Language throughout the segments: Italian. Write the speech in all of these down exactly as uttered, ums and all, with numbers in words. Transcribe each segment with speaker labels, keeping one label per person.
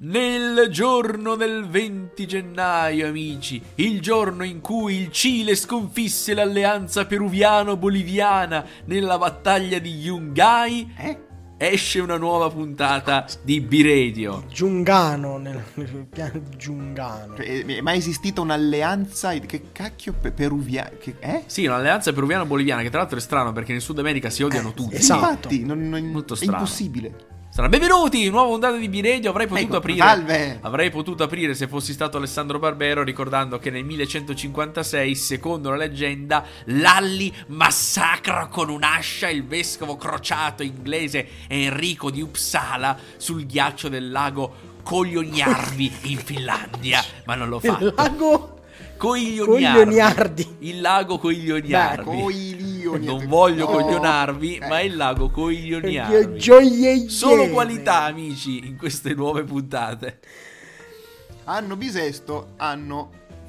Speaker 1: Nel giorno del venti gennaio, amici, il giorno in cui il Cile sconfisse l'alleanza peruviano-boliviana nella battaglia di Yungay,
Speaker 2: Eh?
Speaker 1: esce una nuova puntata di B-Radio.
Speaker 3: Giungano, nel, nel piano di Giungano.
Speaker 2: È è mai esistita un'alleanza? Che cacchio pe- peruviana? Che, eh?
Speaker 1: Sì, un'alleanza peruviano-boliviana, che tra l'altro è strano perché nel Sud America si odiano
Speaker 3: Eh,
Speaker 1: tutti.
Speaker 3: esatto.
Speaker 2: Infatti, non, non-
Speaker 1: Molto
Speaker 2: è
Speaker 1: strano.
Speaker 2: impossibile.
Speaker 1: Sarà benvenuti, nuova puntata di B-Radio. Avrei potuto
Speaker 2: Ecco,
Speaker 1: aprire
Speaker 2: salve.
Speaker 1: Avrei potuto aprire se fossi stato Alessandro Barbero, ricordando che nel millecentocinquantasei, secondo la leggenda, Lalli massacra con un'ascia il vescovo crociato inglese Enrico di Uppsala sul ghiaccio del lago Koilionjärvi in Finlandia. Ma non lo fa.
Speaker 3: Il lago
Speaker 1: Koilionjärvi.
Speaker 3: Koilionjärvi.
Speaker 1: Il lago Koilionjärvi.
Speaker 2: Coilioni.
Speaker 1: Non voglio
Speaker 2: No.
Speaker 1: coglionarvi,
Speaker 2: Eh.
Speaker 1: ma è il lago Koilionjärvi.
Speaker 3: Gioie-
Speaker 1: Solo qualità, amici, in queste nuove puntate.
Speaker 2: Hanno bisesto, hanno...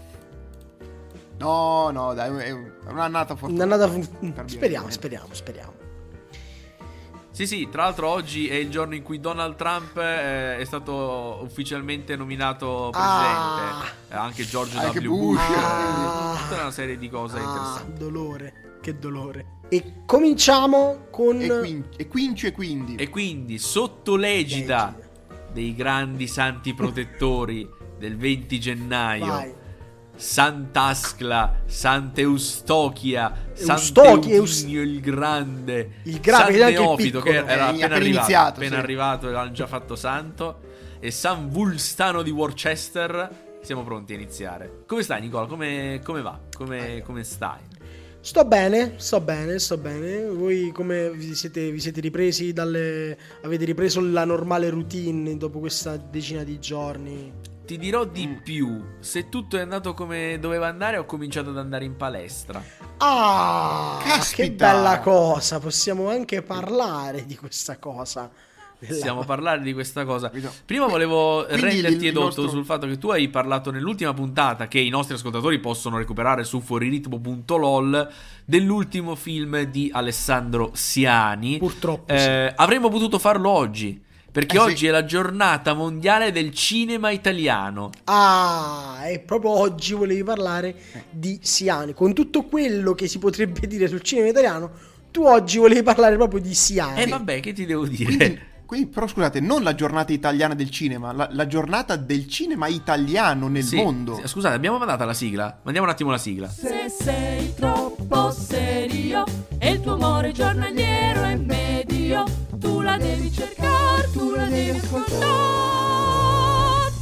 Speaker 2: No, no, dai, è un'annata fortuna.
Speaker 3: Un'annata
Speaker 2: Per
Speaker 3: fu-
Speaker 2: dire
Speaker 3: Speriamo,
Speaker 2: niente.
Speaker 3: speriamo, speriamo.
Speaker 1: Sì, sì, tra l'altro oggi è il giorno in cui Donald Trump eh, è stato ufficialmente nominato presidente.
Speaker 3: Ah.
Speaker 1: Eh, anche George
Speaker 2: Anche
Speaker 1: W.
Speaker 2: Bush.
Speaker 1: Bush.
Speaker 3: Ah.
Speaker 1: Tutta una serie di cose
Speaker 3: Ah,
Speaker 1: interessanti.
Speaker 3: dolore, che dolore. E cominciamo con
Speaker 2: E, quin- e quinci e quindi.
Speaker 1: E quindi, sotto l'egida dei grandi santi protettori del venti gennaio,
Speaker 3: Vai.
Speaker 1: Sant'Ascla, Sant'Eustochia,
Speaker 3: Eustochia,
Speaker 1: Sant'Euginio il Grande,
Speaker 3: Il grande,
Speaker 1: San
Speaker 3: anche il
Speaker 1: Neofito, che
Speaker 3: piccolo.
Speaker 1: era
Speaker 2: Eh,
Speaker 1: appena
Speaker 2: appena
Speaker 1: arrivato,
Speaker 2: iniziato,
Speaker 1: appena
Speaker 2: sì.
Speaker 1: arrivato, l'hanno già fatto santo, e San Vulstano di Worcester. Siamo pronti a iniziare. Come stai, Nicola? Come, come va? Come, come stai?
Speaker 3: Sto bene, sto bene, sto bene. Voi come vi siete, vi siete ripresi dalle... Avete ripreso la normale routine dopo questa decina di giorni?
Speaker 1: Ti dirò di più. Se tutto è andato come doveva andare, ho cominciato ad andare in palestra.
Speaker 3: Ah,
Speaker 2: Caspita!
Speaker 3: che bella cosa. Possiamo anche parlare di questa cosa. Della-
Speaker 1: Possiamo parlare di questa cosa.
Speaker 2: Capito?
Speaker 1: Prima volevo
Speaker 2: Quindi
Speaker 1: renderti
Speaker 2: il
Speaker 1: edotto
Speaker 2: nostro-
Speaker 1: sul fatto che tu hai parlato nell'ultima puntata, che i nostri ascoltatori possono recuperare su fuoriritmo punto lol, dell'ultimo film di Alessandro Siani.
Speaker 3: Purtroppo
Speaker 1: Eh, avremmo potuto farlo oggi, perché
Speaker 2: Eh, sì.
Speaker 1: oggi è la giornata mondiale del cinema italiano.
Speaker 3: Ah, e proprio oggi volevi parlare di Siani. Con tutto quello che si potrebbe dire sul cinema italiano, tu oggi volevi parlare proprio di Siani.
Speaker 1: E vabbè, che ti devo dire?
Speaker 2: Quindi, quindi, però scusate, non la giornata italiana del cinema, la, la giornata del cinema italiano nel
Speaker 1: Sì,
Speaker 2: mondo.
Speaker 1: sì, scusate, abbiamo mandata la sigla? Mandiamo un attimo la sigla.
Speaker 4: Se sei troppo serio e il tuo amore giornaliero è medio, tu la devi cercare, tu la devi ascoltare.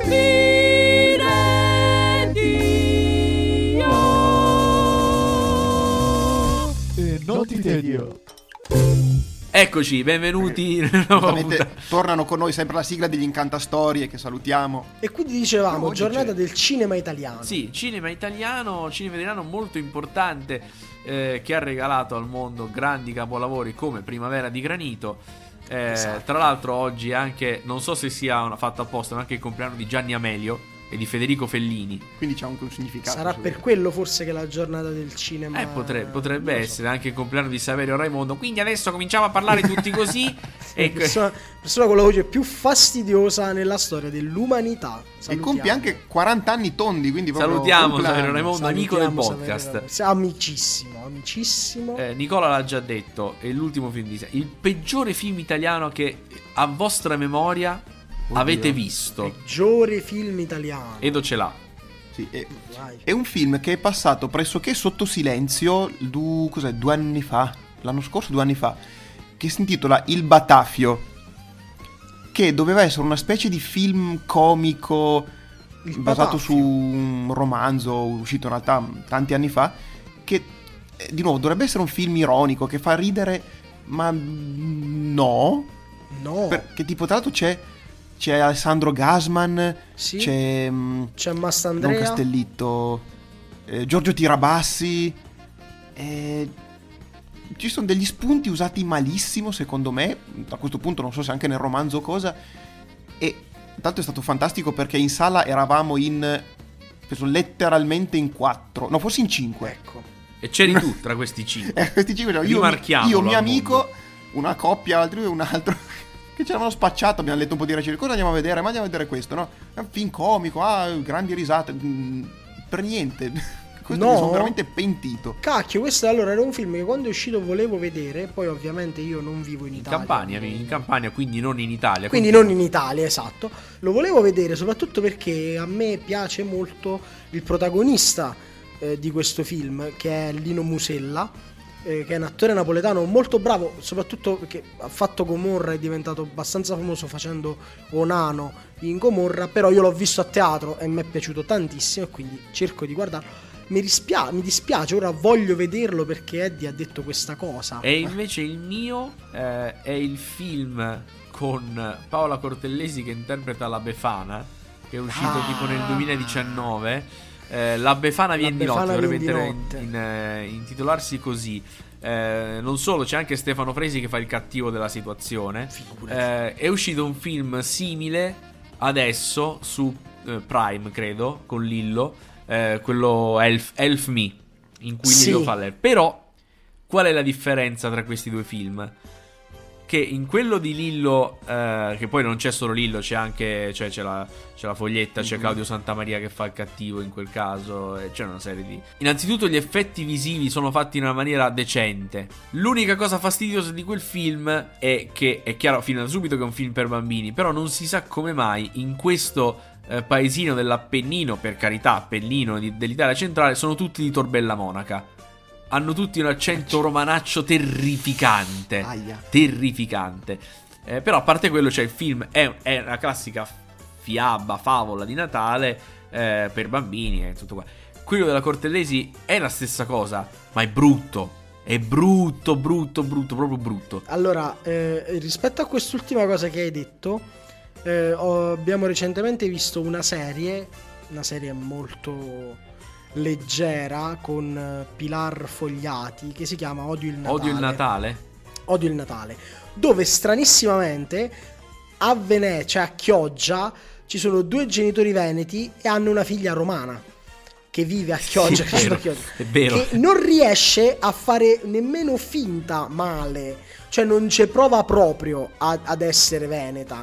Speaker 4: B-Radio.
Speaker 5: E non ti tedio.
Speaker 1: Eccoci, benvenuti nella nuova
Speaker 2: Giustamente
Speaker 1: puntata.
Speaker 2: tornano con noi sempre la sigla degli Incantastorie che salutiamo.
Speaker 3: E quindi dicevamo,
Speaker 2: Oggi
Speaker 3: giornata
Speaker 2: c'è.
Speaker 3: del cinema italiano.
Speaker 1: Sì, cinema italiano, cinema italiano molto importante, eh, che ha regalato al mondo grandi capolavori come Primavera di Granito. Eh,
Speaker 3: Esatto.
Speaker 1: Tra l'altro oggi è anche, non so se sia una fatta apposta, ma anche il compleanno di Gianni Amelio e di Federico Fellini.
Speaker 2: Quindi c'è anche un significato.
Speaker 3: Sarà
Speaker 2: su-
Speaker 3: per quello forse che la giornata del cinema...
Speaker 1: Eh, potre- potrebbe
Speaker 3: non lo so.
Speaker 1: essere anche il compleanno di Saverio Raimondo. Quindi adesso cominciamo a parlare tutti così. e
Speaker 3: persona, persona con la voce più fastidiosa nella storia dell'umanità.
Speaker 2: E
Speaker 3: Salutiamo.
Speaker 2: compie anche quaranta anni tondi, quindi proprio
Speaker 1: Salutiamo
Speaker 2: compleanno.
Speaker 1: Saverio Raimondo, amico del
Speaker 3: Salutiamo
Speaker 1: podcast.
Speaker 3: Saverio Raimondo. Amicissimo, amicissimo.
Speaker 1: Eh, Nicola l'ha già detto, è l'ultimo film di sé. Il peggiore film italiano che a vostra memoria avete visto.
Speaker 3: Peggiore film italiano.
Speaker 1: Edo ce l'ha.
Speaker 2: Sì, è,
Speaker 3: Vai.
Speaker 2: è un film che è passato pressoché sotto silenzio du- cos'è, due anni fa, l'anno scorso, due anni fa, che si intitola Il Batafio, che doveva essere una specie di film comico
Speaker 3: Il
Speaker 2: basato
Speaker 3: Batafio.
Speaker 2: su un romanzo uscito in realtà tanti anni fa, che eh, di nuovo dovrebbe essere un film ironico che fa ridere, ma mm, no,
Speaker 3: No,
Speaker 2: perché tipo tra l'altro c'è c'è Alessandro Gasman,
Speaker 3: Sì.
Speaker 2: c'è mm,
Speaker 3: c'è
Speaker 2: non
Speaker 3: Mastandrea.
Speaker 2: Castellitto, eh, Giorgio Tirabassi, eh, ci sono degli spunti usati malissimo secondo me, a questo punto non so se anche nel romanzo o cosa, e tanto è stato fantastico perché in sala eravamo in, penso letteralmente in quattro, no forse in cinque,
Speaker 3: Ecco.
Speaker 1: E c'eri tu tra questi cinque.
Speaker 2: eh, questi cinque, cioè, io,
Speaker 1: Rimarchiamolo
Speaker 2: io mio
Speaker 1: al
Speaker 2: amico, una coppia, altri e un altro, che ci avevano spacciato, abbiamo letto un po' di recensioni, cosa andiamo a vedere? Ma andiamo a vedere questo, no? È un film comico, ah, grandi risate, mm, per niente. Questo
Speaker 3: No.
Speaker 2: mi sono veramente pentito.
Speaker 3: Cacchio, questo allora era un film che quando è uscito volevo vedere, poi ovviamente io non vivo in
Speaker 1: In
Speaker 3: Italia.
Speaker 1: Campania, in Campania, quindi non in Italia.
Speaker 3: Quindi non in Italia, esatto. Lo volevo vedere soprattutto perché a me piace molto il protagonista eh, di questo film, che è Lino Musella, eh, che è un attore napoletano molto bravo, soprattutto perché ha fatto Gomorra, è diventato abbastanza famoso facendo Onano in Gomorra, però io l'ho visto a teatro e mi è piaciuto tantissimo e quindi cerco di guardarlo. Mi, rispia- mi dispiace, ora voglio vederlo perché Eddie ha detto questa cosa.
Speaker 1: E invece il mio eh, è il film con Paola Cortellesi che interpreta la Befana, che è uscito
Speaker 3: Ah.
Speaker 1: tipo nel duemiladiciannove. Eh, la Befana viene di
Speaker 3: Befana
Speaker 1: notte, dovrebbe
Speaker 3: viene di
Speaker 1: inter-
Speaker 3: notte.
Speaker 1: in- eh, intitolarsi così. Eh, non solo, c'è anche Stefano Fresi che fa il cattivo della situazione.
Speaker 3: Figurati.
Speaker 1: Eh, è uscito un film simile adesso su eh, Prime, credo, con Lillo. Eh, quello Elf, Elf Me, in cui
Speaker 3: Sì.
Speaker 1: Lillo fa l'elf. Però qual è la differenza tra questi due film? Che in quello di Lillo, eh, che poi non c'è solo Lillo, c'è anche cioè c'è la, c'è la Foglietta, c'è Claudio Santamaria che fa il cattivo in quel caso, e c'è una serie di... Innanzitutto gli effetti visivi sono fatti in una maniera decente. L'unica cosa fastidiosa di quel film è che è chiaro fin da subito che è un film per bambini, però non si sa come mai in questo eh, paesino dell'Appennino, per carità, Appennino di- dell'Italia centrale, sono tutti di Tor Bella Monaca. Hanno tutti un accento romanaccio terrificante.
Speaker 2: Aia.
Speaker 1: Terrificante. Eh, però a parte quello, cioè il film è, è una classica fiaba, favola di Natale eh, per bambini e tutto qua. Quello della Cortellesi è la stessa cosa, ma è brutto. È brutto, brutto, brutto, proprio brutto.
Speaker 3: Allora, eh, rispetto a quest'ultima cosa che hai detto, eh, ho- abbiamo recentemente visto una serie, una serie molto leggera con eh, Pilar Fogliati, che si chiama Odio il Natale.
Speaker 1: Odio il Natale.
Speaker 3: Odio il Natale, dove strannissimamente a Venezia, cioè a Chioggia, ci sono due genitori veneti e hanno una figlia romana che vive a Chioggia,
Speaker 1: Sì,
Speaker 3: cresciuta
Speaker 1: è
Speaker 3: a
Speaker 1: vero,
Speaker 3: Chioggia,
Speaker 1: è vero.
Speaker 3: che non riesce a fare nemmeno finta male, cioè non ci prova proprio a- ad essere veneta.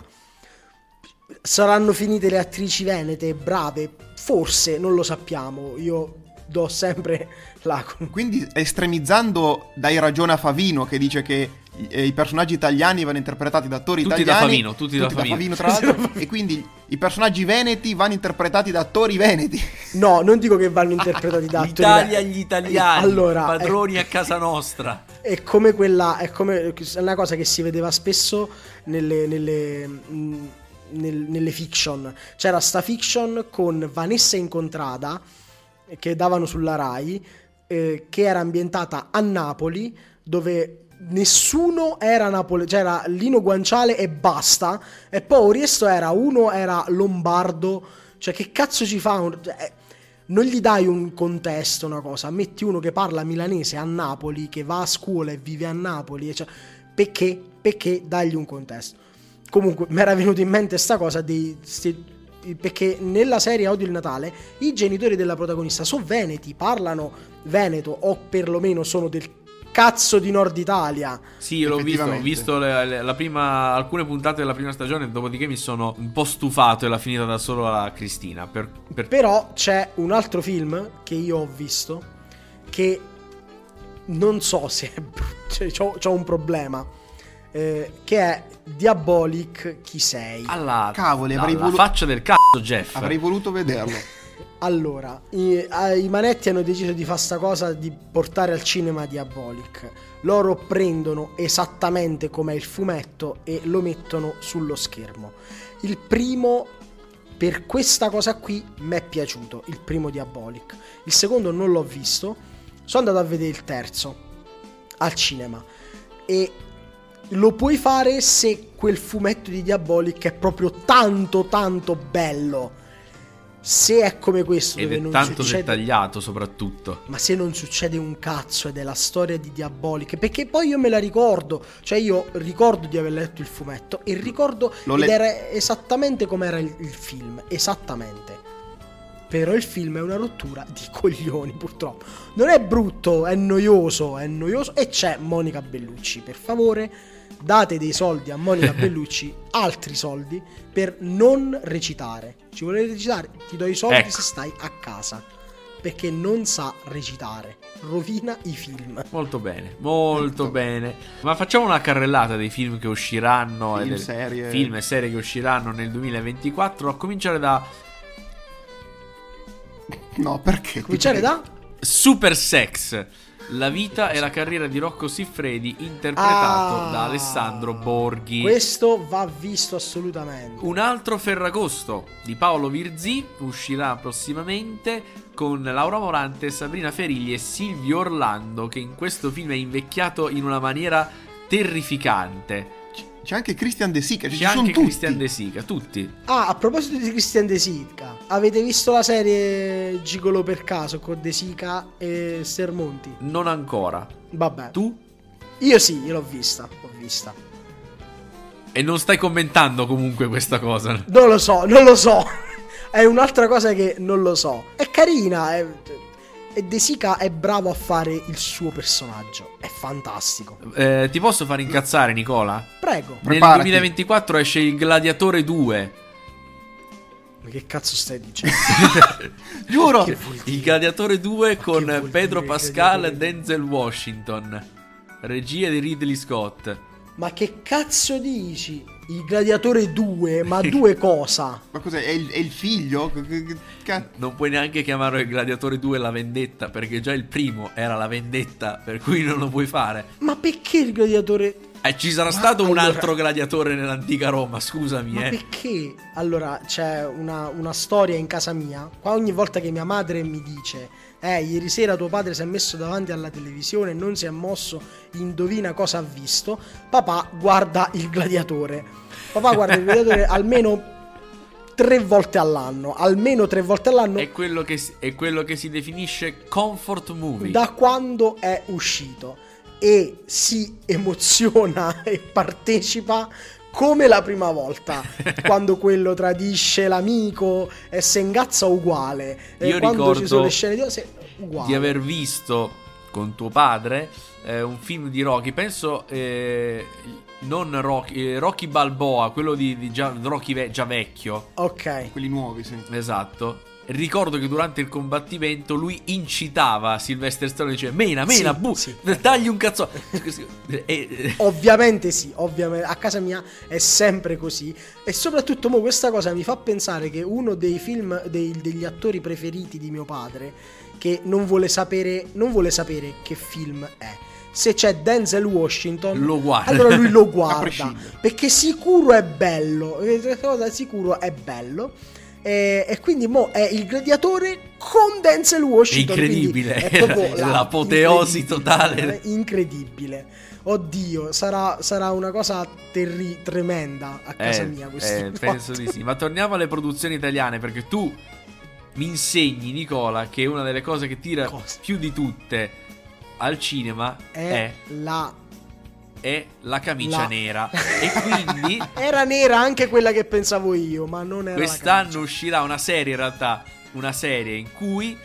Speaker 3: Saranno finite le attrici venete brave? Forse, non lo sappiamo. Io do sempre la...
Speaker 2: Quindi estremizzando dai ragione a Favino, che dice che eh, i personaggi italiani vanno interpretati da attori
Speaker 1: Tutti da
Speaker 2: italiani,
Speaker 1: Favino, tutti da Favino.
Speaker 2: tra l'altro, e quindi i personaggi veneti vanno interpretati da attori veneti.
Speaker 3: No, non dico che vanno interpretati da attori
Speaker 1: L'Italia
Speaker 3: veneti.
Speaker 1: agli italiani,
Speaker 3: Allora,
Speaker 1: padroni
Speaker 3: è-
Speaker 1: a casa nostra.
Speaker 3: È come quella, è come è una cosa che si vedeva spesso nelle, nelle, mh, nel- nelle fiction. C'era sta fiction con Vanessa Incontrada eh, che davano sulla Rai, eh, che era ambientata a Napoli, dove nessuno era Napoli, c'era Lino Guanciale e basta, e poi il resto era uno era lombardo, cioè che cazzo ci fa un... eh, non gli dai un contesto, una cosa, metti uno che parla milanese a Napoli, che va a scuola e vive a Napoli, e cioè, perché? Perché dagli un contesto. Comunque mi era venuto in mente sta cosa dei, sti- perché nella serie Odio il Natale i genitori della protagonista sono veneti, parlano veneto o perlomeno sono del cazzo di Nord Italia.
Speaker 1: Sì, io l'ho visto, ho
Speaker 2: Effettivamente.
Speaker 1: visto le- le- la prima, alcune puntate della prima stagione, dopodiché mi sono un po' stufato e l'ha finita da solo la Cristina. Per, per-
Speaker 3: Però c'è un altro film che io ho visto che non so se è brutto, cioè, c'ho, c'ho un problema, eh, che è Diabolic Chi sei.
Speaker 1: alla,
Speaker 2: Cavoli,
Speaker 1: la,
Speaker 2: avrei
Speaker 1: la
Speaker 2: volu-
Speaker 1: faccia del cazzo, Jeff.
Speaker 2: Avrei voluto vederlo.
Speaker 3: Allora, i, eh, i Manetti hanno deciso di fare sta cosa di portare al cinema Diabolic. Loro prendono esattamente com'è il fumetto e lo mettono sullo schermo. Il primo, per questa cosa qui, mi è piaciuto, il primo Diabolic. Il secondo non l'ho visto, sono andato a vedere il terzo al cinema e lo puoi fare se quel fumetto di Diabolic è proprio tanto tanto bello. Se è come questo
Speaker 1: Ed
Speaker 3: dove
Speaker 1: è
Speaker 3: non
Speaker 1: tanto
Speaker 3: succede,
Speaker 1: dettagliato soprattutto.
Speaker 3: ma se non succede un cazzo ed è la storia di Diabolic, perché poi io me la ricordo, cioè io ricordo di aver letto il fumetto e ricordo
Speaker 2: L'ho
Speaker 3: ed
Speaker 2: let-
Speaker 3: era esattamente come era il, il film, esattamente. Però il film è una rottura di coglioni, purtroppo. Non è brutto, è noioso, è noioso e c'è Monica Bellucci, per favore. date dei soldi a Monica Bellucci, altri soldi, per non recitare. Ci vuole recitare? Ti do i soldi
Speaker 1: Ecco.
Speaker 3: se stai a casa, perché non sa recitare, rovina i film.
Speaker 1: Molto bene, molto bene. Ma facciamo una carrellata dei film che usciranno,
Speaker 2: Film,
Speaker 1: e del-
Speaker 2: serie.
Speaker 1: film e serie che usciranno nel duemilaventiquattro, a cominciare da
Speaker 2: No, perché?
Speaker 3: Cominciare da...
Speaker 1: Super Sex, la vita e la carriera di Rocco Siffredi, interpretato
Speaker 3: Ah,
Speaker 1: da Alessandro Borghi.
Speaker 3: Questo va visto assolutamente.
Speaker 1: Un altro Ferragosto di Paolo Virzì uscirà prossimamente con Laura Morante, Sabrina Ferilli e Silvio Orlando, che in questo film è invecchiato in una maniera terrificante.
Speaker 2: C'è anche Christian De Sica, ci
Speaker 1: C'è
Speaker 2: sono
Speaker 1: anche
Speaker 2: tutti.
Speaker 1: Christian De Sica, tutti.
Speaker 3: Ah, a proposito di Christian De Sica, avete visto la serie Gigolo per caso con De Sica e Sermonti?
Speaker 1: Non ancora.
Speaker 3: Vabbè.
Speaker 1: Tu?
Speaker 3: Io sì, io l'ho vista, l'ho vista.
Speaker 1: E non stai commentando comunque questa cosa.
Speaker 3: Non lo so, non lo so. È un'altra cosa che non lo so. È carina, è... e De Sica è bravo a fare il suo personaggio. È fantastico.
Speaker 1: Eh, ti posso far incazzare, Nicola?
Speaker 3: Prego.
Speaker 1: Nel
Speaker 2: Preparati.
Speaker 1: duemilaventiquattro esce Il Gladiatore due.
Speaker 3: Ma che cazzo stai dicendo?
Speaker 2: Giuro.
Speaker 3: Che vuol dire?
Speaker 1: Il Gladiatore due con
Speaker 3: che vuol
Speaker 1: Pedro
Speaker 3: dire
Speaker 1: Pascal e
Speaker 3: Gladiatore due?
Speaker 1: Denzel Washington. Regia di Ridley Scott.
Speaker 3: Ma che cazzo dici? Il Gladiatore due? Ma due cosa?
Speaker 2: Ma cos'è? È il, è il figlio? Che- che- che cazzo?
Speaker 1: Non puoi neanche chiamarlo Il Gladiatore due La Vendetta, perché già il primo era La Vendetta, per cui non lo puoi fare.
Speaker 3: Ma perché il Gladiatore...
Speaker 1: E ci sarà
Speaker 3: Ma
Speaker 1: stato un
Speaker 3: allora-
Speaker 1: altro gladiatore nell'antica Roma, scusami,
Speaker 3: Ma
Speaker 1: eh.
Speaker 3: perché? Allora, c'è una, una storia in casa mia. Qua ogni volta che mia madre mi dice: Eh, ieri sera tuo padre si è messo davanti alla televisione e non si è mosso, indovina cosa ha visto. Papà guarda il Gladiatore. Papà guarda il Gladiatore almeno tre volte all'anno. Almeno tre volte all'anno.
Speaker 1: È quello che si, è quello che si definisce comfort movie.
Speaker 3: Da quando è uscito. E si emoziona e partecipa come la prima volta, quando quello tradisce l'amico e se ingazza uguale. E
Speaker 1: Io
Speaker 3: quando
Speaker 1: ricordo
Speaker 3: ci sono le scene di se, uguale.
Speaker 1: di aver visto con tuo padre eh, un film di Rocky, penso eh, non Rocky, eh, Rocky Balboa, quello di, di già, Rocky ve- già vecchio.
Speaker 3: Ok.
Speaker 2: Quelli nuovi, sì.
Speaker 1: Esatto. Ricordo che durante il combattimento lui incitava Sylvester Stallone, diceva mena, mena,
Speaker 3: Sì,
Speaker 1: bu,
Speaker 3: sì.
Speaker 1: tagli un cazzo. e, e-
Speaker 3: Ovviamente sì, ovviamente a casa mia è sempre così. E soprattutto mo questa cosa mi fa pensare che uno dei film dei- degli attori preferiti di mio padre, che non vuole sapere non vuole sapere che film è. Se c'è Denzel Washington,
Speaker 1: Lo guarda.
Speaker 3: allora lui lo
Speaker 2: A
Speaker 3: guarda,
Speaker 2: prescindere.
Speaker 3: perché sicuro è bello. Questa cosa sicuro è bello. E, e quindi mo è il Gladiatore con Denzel Washington.
Speaker 1: Incredibile.
Speaker 3: quindi è proprio la-
Speaker 1: L'apoteosi
Speaker 3: incredibile,
Speaker 1: totale.
Speaker 3: incredibile. Oddio, sarà, sarà una cosa terri- tremenda a casa
Speaker 1: eh,
Speaker 3: mia questa
Speaker 1: eh, penso di sì. Ma torniamo alle produzioni italiane, perché tu mi insegni, Nicola, che una delle cose che tira
Speaker 3: Cosa?
Speaker 1: più di tutte al cinema
Speaker 3: è
Speaker 1: è,
Speaker 3: la
Speaker 1: è la camicia
Speaker 3: La-
Speaker 1: nera. E quindi
Speaker 3: era nera anche quella che pensavo io, ma non era la
Speaker 1: quest'anno
Speaker 3: camicia.
Speaker 1: uscirà una serie, in realtà, una serie in cui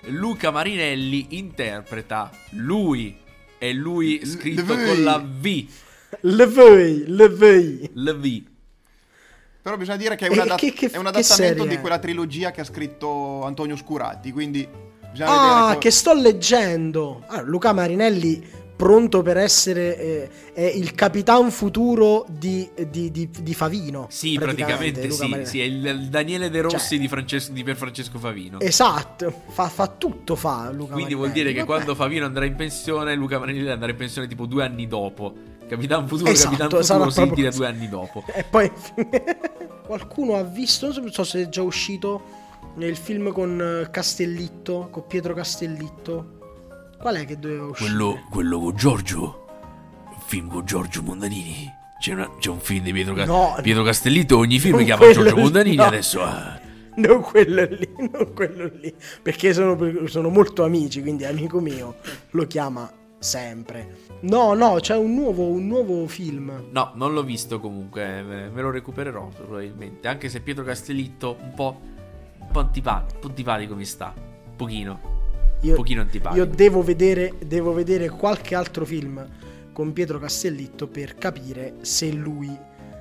Speaker 1: Luca Marinelli interpreta lui, e lui
Speaker 2: L-
Speaker 1: scritto
Speaker 2: lui.
Speaker 1: con la V,
Speaker 3: Le voi, le voi.
Speaker 1: la V.
Speaker 2: Però bisogna dire che è
Speaker 3: E
Speaker 2: un, adat-
Speaker 3: che- che-
Speaker 2: è un
Speaker 3: che
Speaker 2: adattamento
Speaker 3: serie
Speaker 2: di
Speaker 3: è?
Speaker 2: quella trilogia che ha scritto Antonio Scurati, quindi bisogna
Speaker 3: Ah,
Speaker 2: vedere co-
Speaker 3: che sto leggendo. Ah, Luca Marinelli pronto per essere eh, è il capitan futuro di, di, di, di Favino.
Speaker 1: Sì, praticamente,
Speaker 3: Luca
Speaker 1: sì,
Speaker 3: Marinelli.
Speaker 1: sì, è il il Daniele De Rossi
Speaker 3: Cioè-
Speaker 1: di, Francesco, di Per Francesco Favino.
Speaker 3: Esatto, fa, fa tutto fa Luca
Speaker 1: Quindi
Speaker 3: Marinelli.
Speaker 1: vuol dire che
Speaker 3: Vabbè.
Speaker 1: quando Favino andrà in pensione, Luca Marinelli andrà in pensione tipo due anni dopo. Capitan Futuro,
Speaker 3: Esatto,
Speaker 1: Capitan
Speaker 3: sarà
Speaker 1: Futuro si
Speaker 3: proprio
Speaker 1: ritira
Speaker 3: così.
Speaker 1: due anni dopo.
Speaker 3: E poi qualcuno ha visto, non so se è già uscito nel film con eh, Castellitto, con Pietro Castellitto. Qual è che doveva uscire?
Speaker 1: Quello, quello con Giorgio. Film con Giorgio Mondanini. C'è, una- c'è un film di Pietro, Ca-
Speaker 3: No,
Speaker 1: Pietro Castellitto. Ogni film
Speaker 3: non
Speaker 1: chiama
Speaker 3: quello
Speaker 1: Giorgio
Speaker 3: lì,
Speaker 1: Mondanini.
Speaker 3: no.
Speaker 1: Adesso ah.
Speaker 3: Non quello lì, non quello lì. Perché sono, sono molto amici, quindi amico mio lo chiama sempre. No, no, c'è un nuovo, un nuovo film.
Speaker 1: No, non l'ho visto comunque. Me me lo recupererò probabilmente. Anche se Pietro Castellitto un po'. Un po' antipatico. Un po' antipatico mi sta. Un pochino.
Speaker 3: Io,
Speaker 1: Un pochino antipatico.
Speaker 3: io devo vedere, devo vedere qualche altro film con Pietro Castellitto per capire se lui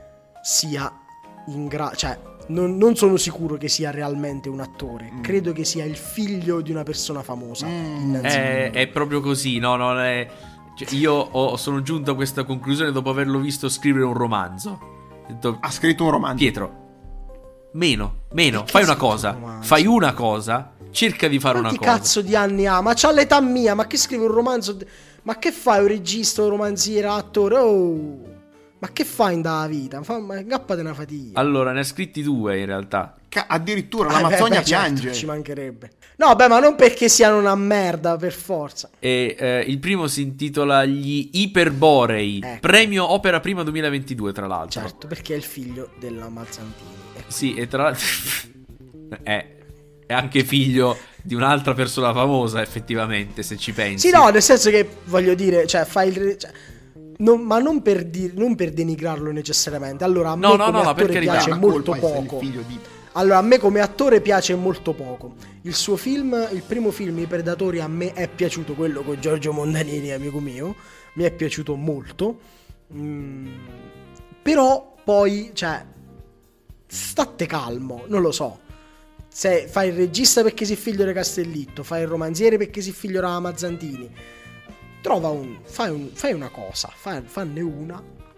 Speaker 3: sia in grado, cioè non, non sono sicuro che sia realmente un attore, mm. credo che sia il figlio di una persona famosa.
Speaker 2: Mm.
Speaker 1: È, è proprio così, no? Non è... cioè, io ho, sono giunto a questa conclusione dopo averlo visto scrivere un romanzo. Ho detto,
Speaker 2: ha scritto un romanzo.
Speaker 1: Pietro, meno, meno,
Speaker 3: Perché
Speaker 1: fai una
Speaker 3: ha scritto
Speaker 1: cosa,
Speaker 3: un romanzo?
Speaker 1: fai una cosa, cerca di fare
Speaker 3: Quanti
Speaker 1: una cosa.
Speaker 3: cazzo di anni ha? Ma c'ha l'età mia, ma che scrive un romanzo? Ma che fai, un regista, un romanziere, attore? Oh, ma che fai in da vita? Fa, ma gappate una fatica.
Speaker 1: Allora, ne ha scritti due in realtà.
Speaker 2: Ca- addirittura
Speaker 3: Eh,
Speaker 2: la
Speaker 3: beh,
Speaker 2: Mazzogna
Speaker 3: beh, certo,
Speaker 2: piange.
Speaker 3: ci mancherebbe. No, beh, ma non perché siano una merda, per forza.
Speaker 1: E eh, il primo si intitola Gli Iperborei,
Speaker 3: Ecco.
Speaker 1: premio Opera Prima duemilaventidue, tra l'altro.
Speaker 3: Certo, perché è il figlio della Mazzantini. Ecco.
Speaker 1: Sì, e tra l'altro è, è anche figlio di un'altra persona famosa, effettivamente, se ci pensi.
Speaker 3: Sì, no, nel senso che voglio dire, cioè, fai il. re- Cioè, non- ma non per, dir- non per denigrarlo necessariamente. Allora, a
Speaker 1: No,
Speaker 3: me
Speaker 1: no,
Speaker 3: come
Speaker 1: no, ma per
Speaker 3: attore
Speaker 1: carità,
Speaker 3: piace
Speaker 2: Una
Speaker 3: molto
Speaker 2: colpa essere il
Speaker 3: poco.
Speaker 2: figlio di...
Speaker 3: Allora, a me come attore piace molto poco. Il suo film, il primo film, I Predatori, a me è piaciuto, quello con Giorgio Montanini, amico mio. Mi è piaciuto molto. Mm, però poi, cioè, state calmo, non lo so. Se fai il regista perché si figlio di Castellitto, fai il romanziere perché si figlio da Mazzantini, trova un, fai, un, fai una cosa, fai, fanne una.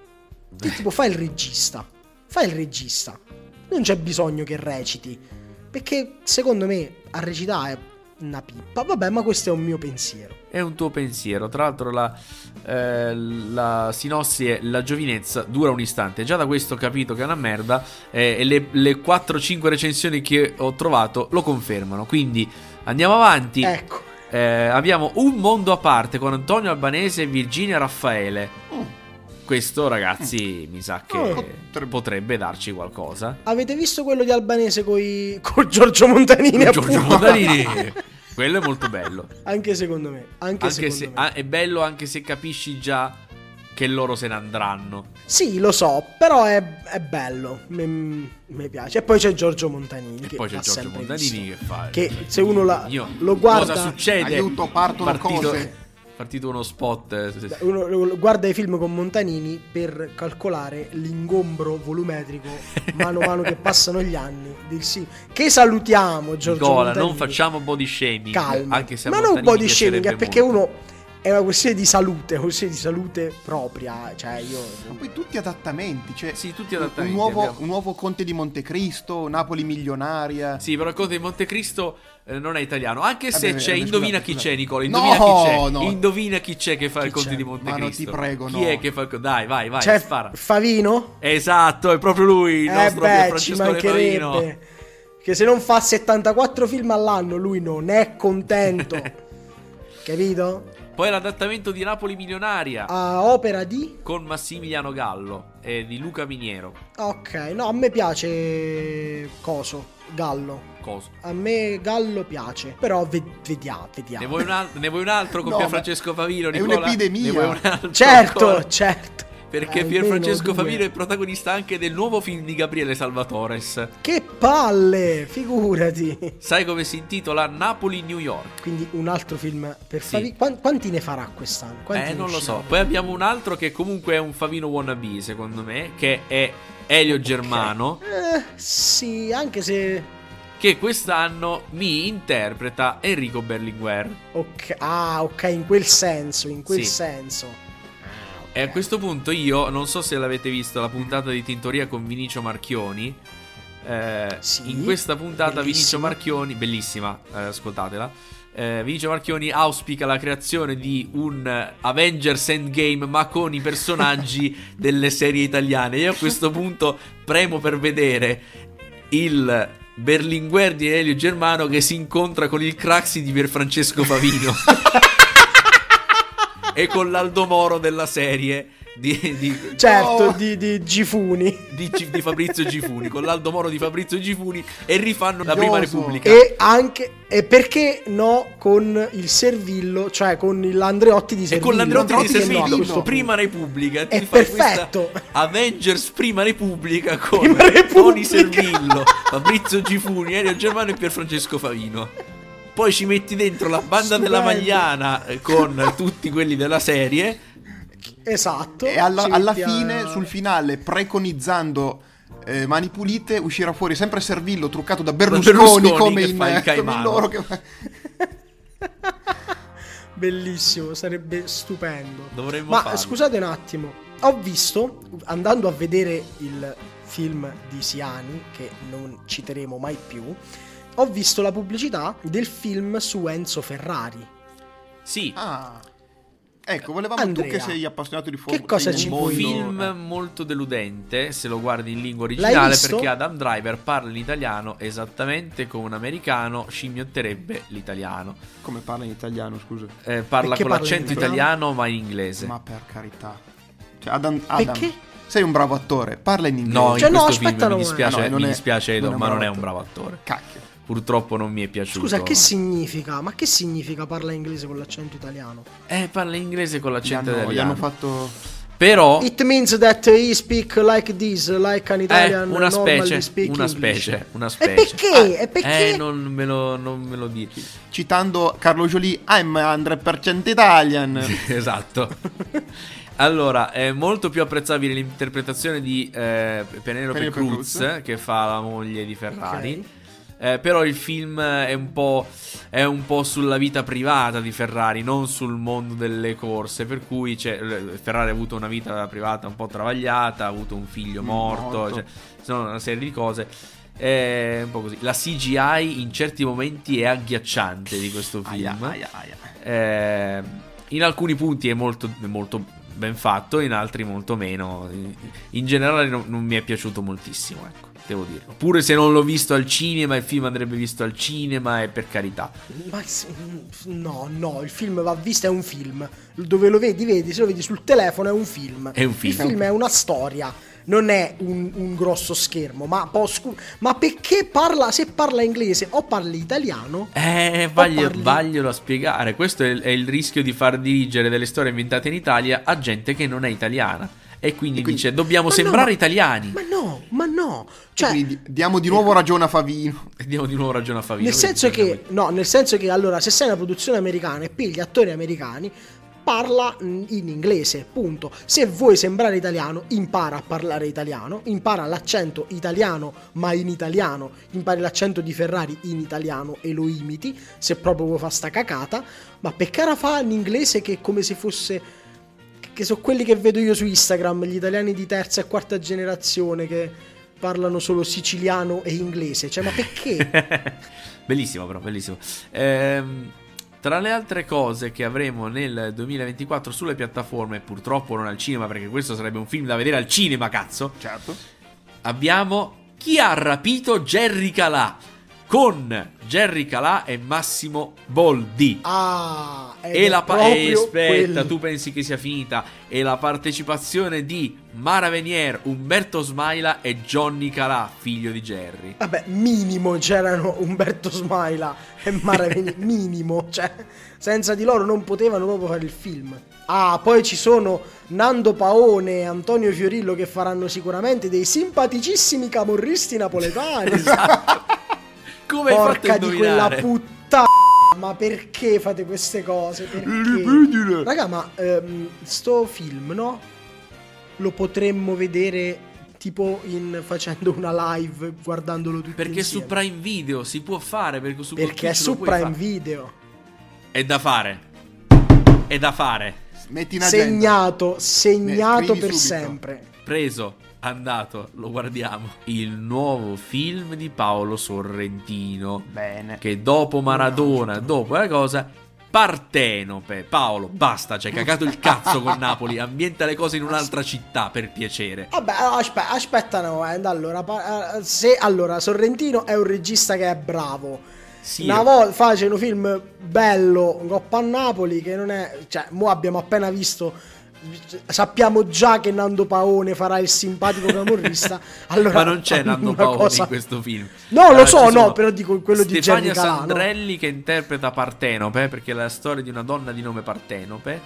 Speaker 3: E tipo, fai il regista, fai il regista. Non c'è bisogno che reciti, perché secondo me a recitare è una pippa. Vabbè, ma questo è un mio pensiero.
Speaker 1: È un tuo pensiero. Tra l'altro la, eh, la sinossi è la giovinezza dura un istante. Già da questo ho capito che è una merda, eh, e le, le quattro cinque recensioni che ho trovato lo confermano. Quindi andiamo avanti.
Speaker 3: Ecco.
Speaker 1: Eh, abbiamo Un mondo a parte con Antonio Albanese e Virginia Raffaele.
Speaker 2: Mm.
Speaker 1: Questo, ragazzi, mi sa che
Speaker 3: Oh.
Speaker 1: potrebbe darci qualcosa.
Speaker 3: Avete visto quello di Albanese coi, con Giorgio Montanini?
Speaker 1: Con Giorgio
Speaker 3: appunto?
Speaker 1: Montanini. Quello è molto bello.
Speaker 3: Anche secondo me. Anche,
Speaker 1: Anche
Speaker 3: secondo
Speaker 1: se
Speaker 3: me.
Speaker 1: ah, è bello anche se capisci già che loro se ne andranno.
Speaker 3: Sì, lo so, però è, è bello. Mi, mi piace. E poi c'è Giorgio Montanini.
Speaker 1: E
Speaker 3: che
Speaker 1: poi c'è
Speaker 3: va
Speaker 1: Giorgio
Speaker 3: sempre
Speaker 1: Montanini
Speaker 3: visto.
Speaker 1: che fa.
Speaker 3: Che se uno la-
Speaker 1: Io-
Speaker 3: lo guarda-
Speaker 1: Cosa succede?
Speaker 2: Aiuto, partono
Speaker 1: partito,
Speaker 2: cose.
Speaker 1: partito uno spot. eh,
Speaker 3: Uno lo- guarda i film con Montanini per calcolare l'ingombro volumetrico mano a mano che passano gli anni del sì. Che salutiamo Giorgio
Speaker 1: Nicola,
Speaker 3: Montanini.
Speaker 1: non facciamo body shaming.
Speaker 3: Calma.
Speaker 1: Anche se a
Speaker 3: ma non
Speaker 1: Montanini
Speaker 3: body shaming, è
Speaker 1: piacerebbe
Speaker 3: perché
Speaker 1: molto.
Speaker 3: uno è una questione di salute, è una questione di salute propria, cioè io
Speaker 2: Ma poi tutti adattamenti, cioè
Speaker 1: Sì, tutti
Speaker 2: un-
Speaker 1: adattamenti,
Speaker 2: un nuovo,
Speaker 1: abbiamo.
Speaker 2: un nuovo Conte di Montecristo, Napoli milionaria.
Speaker 1: Sì, però il Conte di Montecristo eh, non è italiano. Anche se
Speaker 2: Vabbè,
Speaker 1: c'è,
Speaker 2: vabbè,
Speaker 1: indovina
Speaker 2: scusate,
Speaker 1: chi
Speaker 2: scusate.
Speaker 1: c'è, Nicola.
Speaker 2: No,
Speaker 1: Indovina chi c'è.
Speaker 2: no.
Speaker 1: Indovina chi c'è che fa
Speaker 3: Chi
Speaker 1: il Conte
Speaker 3: c'è?
Speaker 1: di
Speaker 2: Ma no,
Speaker 1: Montecristo.
Speaker 2: ti prego,
Speaker 1: Chi
Speaker 2: no.
Speaker 1: è che fa il Conte? Dai, vai, vai,
Speaker 3: c'è
Speaker 1: spara.
Speaker 3: Favino?
Speaker 1: Esatto, è proprio lui, il
Speaker 3: Eh
Speaker 1: nostro
Speaker 3: beh,
Speaker 1: Pier
Speaker 3: ci
Speaker 1: Francesco Lefavino.
Speaker 3: mancherebbe. Che se non fa settantaquattro film all'anno lui non è contento. Capito?
Speaker 1: Poi l'adattamento di Napoli milionaria
Speaker 3: A opera di?
Speaker 1: con Massimiliano Gallo e di Luca Miniero.
Speaker 3: Ok, no, a me piace Coso, Gallo.
Speaker 1: Cosa?
Speaker 3: A me Gallo piace, però ve- vediamo, vediamo.
Speaker 1: Ne vuoi un, al- ne vuoi un altro con
Speaker 2: No,
Speaker 1: Pier
Speaker 2: ma
Speaker 1: Francesco Favino,
Speaker 2: è
Speaker 1: Nicola?
Speaker 2: un'epidemia.
Speaker 1: Ne vuoi un altro
Speaker 3: Certo,
Speaker 1: ancora?
Speaker 3: certo.
Speaker 1: Perché
Speaker 3: Almeno
Speaker 1: Pier Francesco
Speaker 3: due.
Speaker 1: Favino è protagonista anche del nuovo film di Gabriele Salvatores.
Speaker 3: Che palle, figurati.
Speaker 1: Sai come si intitola? Napoli-New York.
Speaker 3: Quindi un altro film per
Speaker 1: Sì.
Speaker 3: Favino. Quan- quanti ne farà quest'anno? Quanti
Speaker 1: Eh,
Speaker 3: ne
Speaker 1: non lo
Speaker 3: usciranno?
Speaker 1: so. Poi abbiamo un altro che comunque è un Favino wannabe, secondo me, che è Elio Germano,
Speaker 3: Eh, sì, anche se...
Speaker 1: che quest'anno mi interpreta Enrico Berlinguer.
Speaker 3: Ok, ah, ok, in quel senso, in quel
Speaker 1: Sì.
Speaker 3: senso.
Speaker 1: E a questo punto io, non so se l'avete visto, la puntata di Tintoria con Vinicio Marchioni. Eh,
Speaker 3: Sì,
Speaker 1: in questa puntata Vinicio
Speaker 3: bellissima.
Speaker 1: Marchioni, bellissima, eh, ascoltatela. Eh, Vinicio Marchioni auspica la creazione di un eh, Avengers Endgame ma con i personaggi delle serie italiane. Io a questo punto premo per vedere il Berlinguer di Elio Germano che si incontra con il Craxi di Pier Francesco Favino e con l'Aldo Moro della serie di, di,
Speaker 3: Certo,
Speaker 2: Oh.
Speaker 3: di, di Gifuni.
Speaker 1: di, Gi- di Fabrizio Gifuni, con l'Aldo Moro di Fabrizio Gifuni, e rifanno la
Speaker 2: Odioso.
Speaker 1: Prima Repubblica.
Speaker 3: E anche... E perché no con il Servillo, cioè con l'Andreotti di
Speaker 1: E
Speaker 3: Servillo.
Speaker 1: con l'Andreotti di
Speaker 2: Andreotti
Speaker 1: Servillo,
Speaker 2: Servillo.
Speaker 3: questo
Speaker 1: Prima Repubblica. Ti
Speaker 3: È
Speaker 1: fai questa
Speaker 3: perfetto.
Speaker 1: Avengers Prima Repubblica con
Speaker 3: Prima Repubblica.
Speaker 1: Tony Servillo, Fabrizio Gifuni, Elio Germano e Pier Francesco Favino. Poi ci metti dentro la banda della
Speaker 3: Stupendo.
Speaker 1: Magliana eh, con tutti quelli della serie.
Speaker 3: Esatto.
Speaker 2: E alla,
Speaker 3: ci
Speaker 2: alla
Speaker 3: metti a-
Speaker 2: fine, sul finale, preconizzando eh, Mani Pulite, uscirà fuori sempre Servillo truccato da Berlusconi,
Speaker 1: Berlusconi
Speaker 2: come
Speaker 1: che
Speaker 2: in,
Speaker 1: fa il
Speaker 2: come in
Speaker 1: Caimano.
Speaker 2: loro che...
Speaker 3: Bellissimo, sarebbe stupendo.
Speaker 1: Dovremmo
Speaker 3: Ma
Speaker 1: farlo.
Speaker 3: scusate un attimo, ho visto, andando a vedere il film di Siani, che non citeremo mai più, ho visto la pubblicità del film su Enzo Ferrari.
Speaker 1: Sì,
Speaker 2: Ah, ecco, volevamo
Speaker 3: Andrea,
Speaker 2: tu che sei appassionato di Formula
Speaker 3: che cosa
Speaker 2: sei
Speaker 3: ci
Speaker 2: un
Speaker 1: un
Speaker 3: puoi-
Speaker 1: film
Speaker 2: eh.
Speaker 1: molto deludente se lo guardi in lingua
Speaker 3: L'hai
Speaker 1: originale,
Speaker 3: visto?
Speaker 1: perché Adam Driver parla in italiano esattamente come un americano scimmiotterebbe l'italiano.
Speaker 2: Come parla in italiano, scusa?
Speaker 1: Eh, parla
Speaker 3: Perché
Speaker 1: con
Speaker 3: parla in
Speaker 1: l'accento
Speaker 3: italiano?
Speaker 1: italiano ma in inglese.
Speaker 2: Ma per carità. Cioè, Adam, Adam,
Speaker 3: Perché?
Speaker 2: sei un bravo attore, parla in inglese.
Speaker 1: No,
Speaker 3: Cioè,
Speaker 1: in
Speaker 3: no,
Speaker 1: questo
Speaker 3: aspetta
Speaker 1: film
Speaker 3: un
Speaker 1: mi
Speaker 3: momento.
Speaker 1: dispiace,
Speaker 2: No, non
Speaker 1: mi
Speaker 2: è-
Speaker 1: dispiace Edo,
Speaker 2: non è un
Speaker 1: ma non
Speaker 2: bravo
Speaker 1: è un
Speaker 2: attore.
Speaker 1: bravo attore.
Speaker 2: Cacchio.
Speaker 1: Purtroppo non mi è piaciuto.
Speaker 3: Scusa, che significa? Ma che significa parla inglese con l'accento italiano?
Speaker 1: Eh, parla inglese con
Speaker 2: Gli
Speaker 1: l'accento
Speaker 2: hanno, gli
Speaker 1: italiano.
Speaker 2: hanno fatto...
Speaker 1: Però
Speaker 3: It means that he speak like this, like an
Speaker 1: eh,
Speaker 3: Italian
Speaker 1: una
Speaker 3: normally
Speaker 1: specie,
Speaker 3: speak
Speaker 1: una
Speaker 3: English.
Speaker 1: specie, una
Speaker 3: E
Speaker 1: specie.
Speaker 3: perché? E perché?
Speaker 1: Eh, non me lo, non me lo dici.
Speaker 2: Citando Carlo Jolie, I'm cento per cento Italian.
Speaker 1: Esatto. Allora, è molto più apprezzabile l'interpretazione di eh, Penelope
Speaker 2: Penelope
Speaker 1: Cruz,
Speaker 2: Cruz.
Speaker 1: che fa la moglie di Ferrari.
Speaker 3: Ok.
Speaker 1: Eh, però il film è un po' è un po' sulla vita privata di Ferrari, non sul mondo delle corse, per cui c'è, Ferrari ha avuto una vita privata un po' travagliata, ha avuto un figlio
Speaker 2: Mm,
Speaker 1: morto,
Speaker 2: morto.
Speaker 1: cioè, sono una serie di cose. È un po' così. La C G I in certi momenti è agghiacciante di questo film.
Speaker 2: Aia, aia, aia.
Speaker 1: Eh, in alcuni punti è molto, è molto ben fatto, in altri molto meno. In generale non, non mi è piaciuto moltissimo, ecco, devo dirlo. Pure se non l'ho visto al cinema, il film andrebbe visto al cinema, e per carità.
Speaker 3: Ma s- no, no, il film va visto, è un film. Dove lo vedi, vedi, se lo vedi sul telefono è un film.
Speaker 1: È un film.
Speaker 3: Il film è una storia, non è un, un grosso schermo. Ma, po- scu- ma perché parla, se parla inglese o parli italiano?
Speaker 1: Eh, vaglio,
Speaker 3: parli-
Speaker 1: vaglielo a spiegare. Questo è il, è il rischio di far dirigere delle storie inventate in Italia a gente che non è italiana. E quindi,
Speaker 2: E quindi-
Speaker 1: dice, dobbiamo
Speaker 3: Ma
Speaker 1: sembrare
Speaker 3: no,
Speaker 1: italiani.
Speaker 3: Ma no, ma no.
Speaker 2: Cioè,
Speaker 3: Cioè,
Speaker 2: quindi diamo di nuovo ragione a Favino.
Speaker 1: E diamo di nuovo ragione a Favino.
Speaker 3: nel senso che, no, nel senso che allora, se sei una produzione americana e pigli attori americani, parla in inglese, punto. Se vuoi sembrare italiano, impara a parlare italiano, impara l'accento italiano, ma in italiano, impari l'accento di Ferrari in italiano e lo imiti, se proprio vuoi fare sta cacata, ma per cara fa in inglese che è come se fosse, che sono quelli che vedo io su Instagram, gli italiani di terza e quarta generazione che parlano solo siciliano e inglese, cioè ma perché?
Speaker 1: Bellissimo, però, bellissimo. Ehm, tra le altre cose che avremo nel duemilaventiquattro sulle piattaforme, purtroppo non al cinema, perché questo sarebbe un film da vedere al cinema, cazzo.
Speaker 2: Certo.
Speaker 1: Abbiamo Chi ha rapito Jerry Calà, con Jerry Calà e Massimo Boldi.
Speaker 3: Ah, ed
Speaker 1: E
Speaker 3: è
Speaker 1: la pa-
Speaker 3: proprio
Speaker 1: e aspetta,
Speaker 3: quello.
Speaker 1: tu pensi che sia finita? E la partecipazione di Mara Venier, Umberto Smaila e Johnny Calà, figlio di Jerry.
Speaker 3: Vabbè, minimo c'erano Umberto Smaila e Mara Venier, minimo, cioè senza di loro non potevano proprio fare il film. Ah, poi ci sono Nando Paone e Antonio Fiorillo che faranno sicuramente dei simpaticissimi camorristi napoletani.
Speaker 1: Esatto. Come hai fatto a
Speaker 3: Porca di quella
Speaker 1: indovinare?
Speaker 3: puttana. Ma perché fate queste cose? Perché? Raga, ma ehm, sto film, no? Lo potremmo vedere tipo in facendo una live, guardandolo tutti
Speaker 1: Perché su
Speaker 3: insieme.
Speaker 1: Prime Video si può fare, perché su
Speaker 3: Perché è
Speaker 1: Twitch
Speaker 3: su
Speaker 1: lo puoi
Speaker 3: Prime
Speaker 1: fare.
Speaker 3: Video.
Speaker 1: È da fare. È da fare.
Speaker 2: Metti in agenda.
Speaker 3: Segnato, segnato
Speaker 2: scrivi
Speaker 3: per
Speaker 2: subito.
Speaker 3: sempre.
Speaker 1: Preso, andato, lo guardiamo. Il nuovo film di Paolo Sorrentino.
Speaker 2: Bene.
Speaker 1: Che dopo Maradona, dopo la cosa, Partenope. Paolo, basta, ci hai cagato il cazzo con Napoli. Ambienta le cose in un'altra città, per piacere.
Speaker 3: Vabbè, aspetta, aspetta no, eh, allora, pa- eh, se allora Sorrentino è un regista che è bravo.
Speaker 1: Sì,
Speaker 3: Una volta face un film bello, Coppa a Napoli, che non è, cioè, mo abbiamo appena visto, sappiamo già che Nando Paone farà il simpatico camorrista. Allora,
Speaker 1: ma non c'è Nando
Speaker 3: una
Speaker 1: Paone
Speaker 3: cosa-
Speaker 1: in questo film.
Speaker 3: No, lo
Speaker 1: Allora,
Speaker 3: so,
Speaker 1: ci
Speaker 3: no,
Speaker 1: sono
Speaker 3: però dico quello di
Speaker 1: Stefania
Speaker 3: Jerry Calà, no?
Speaker 1: Sandrelli che interpreta Partenope, perché è la storia di una donna di nome Partenope.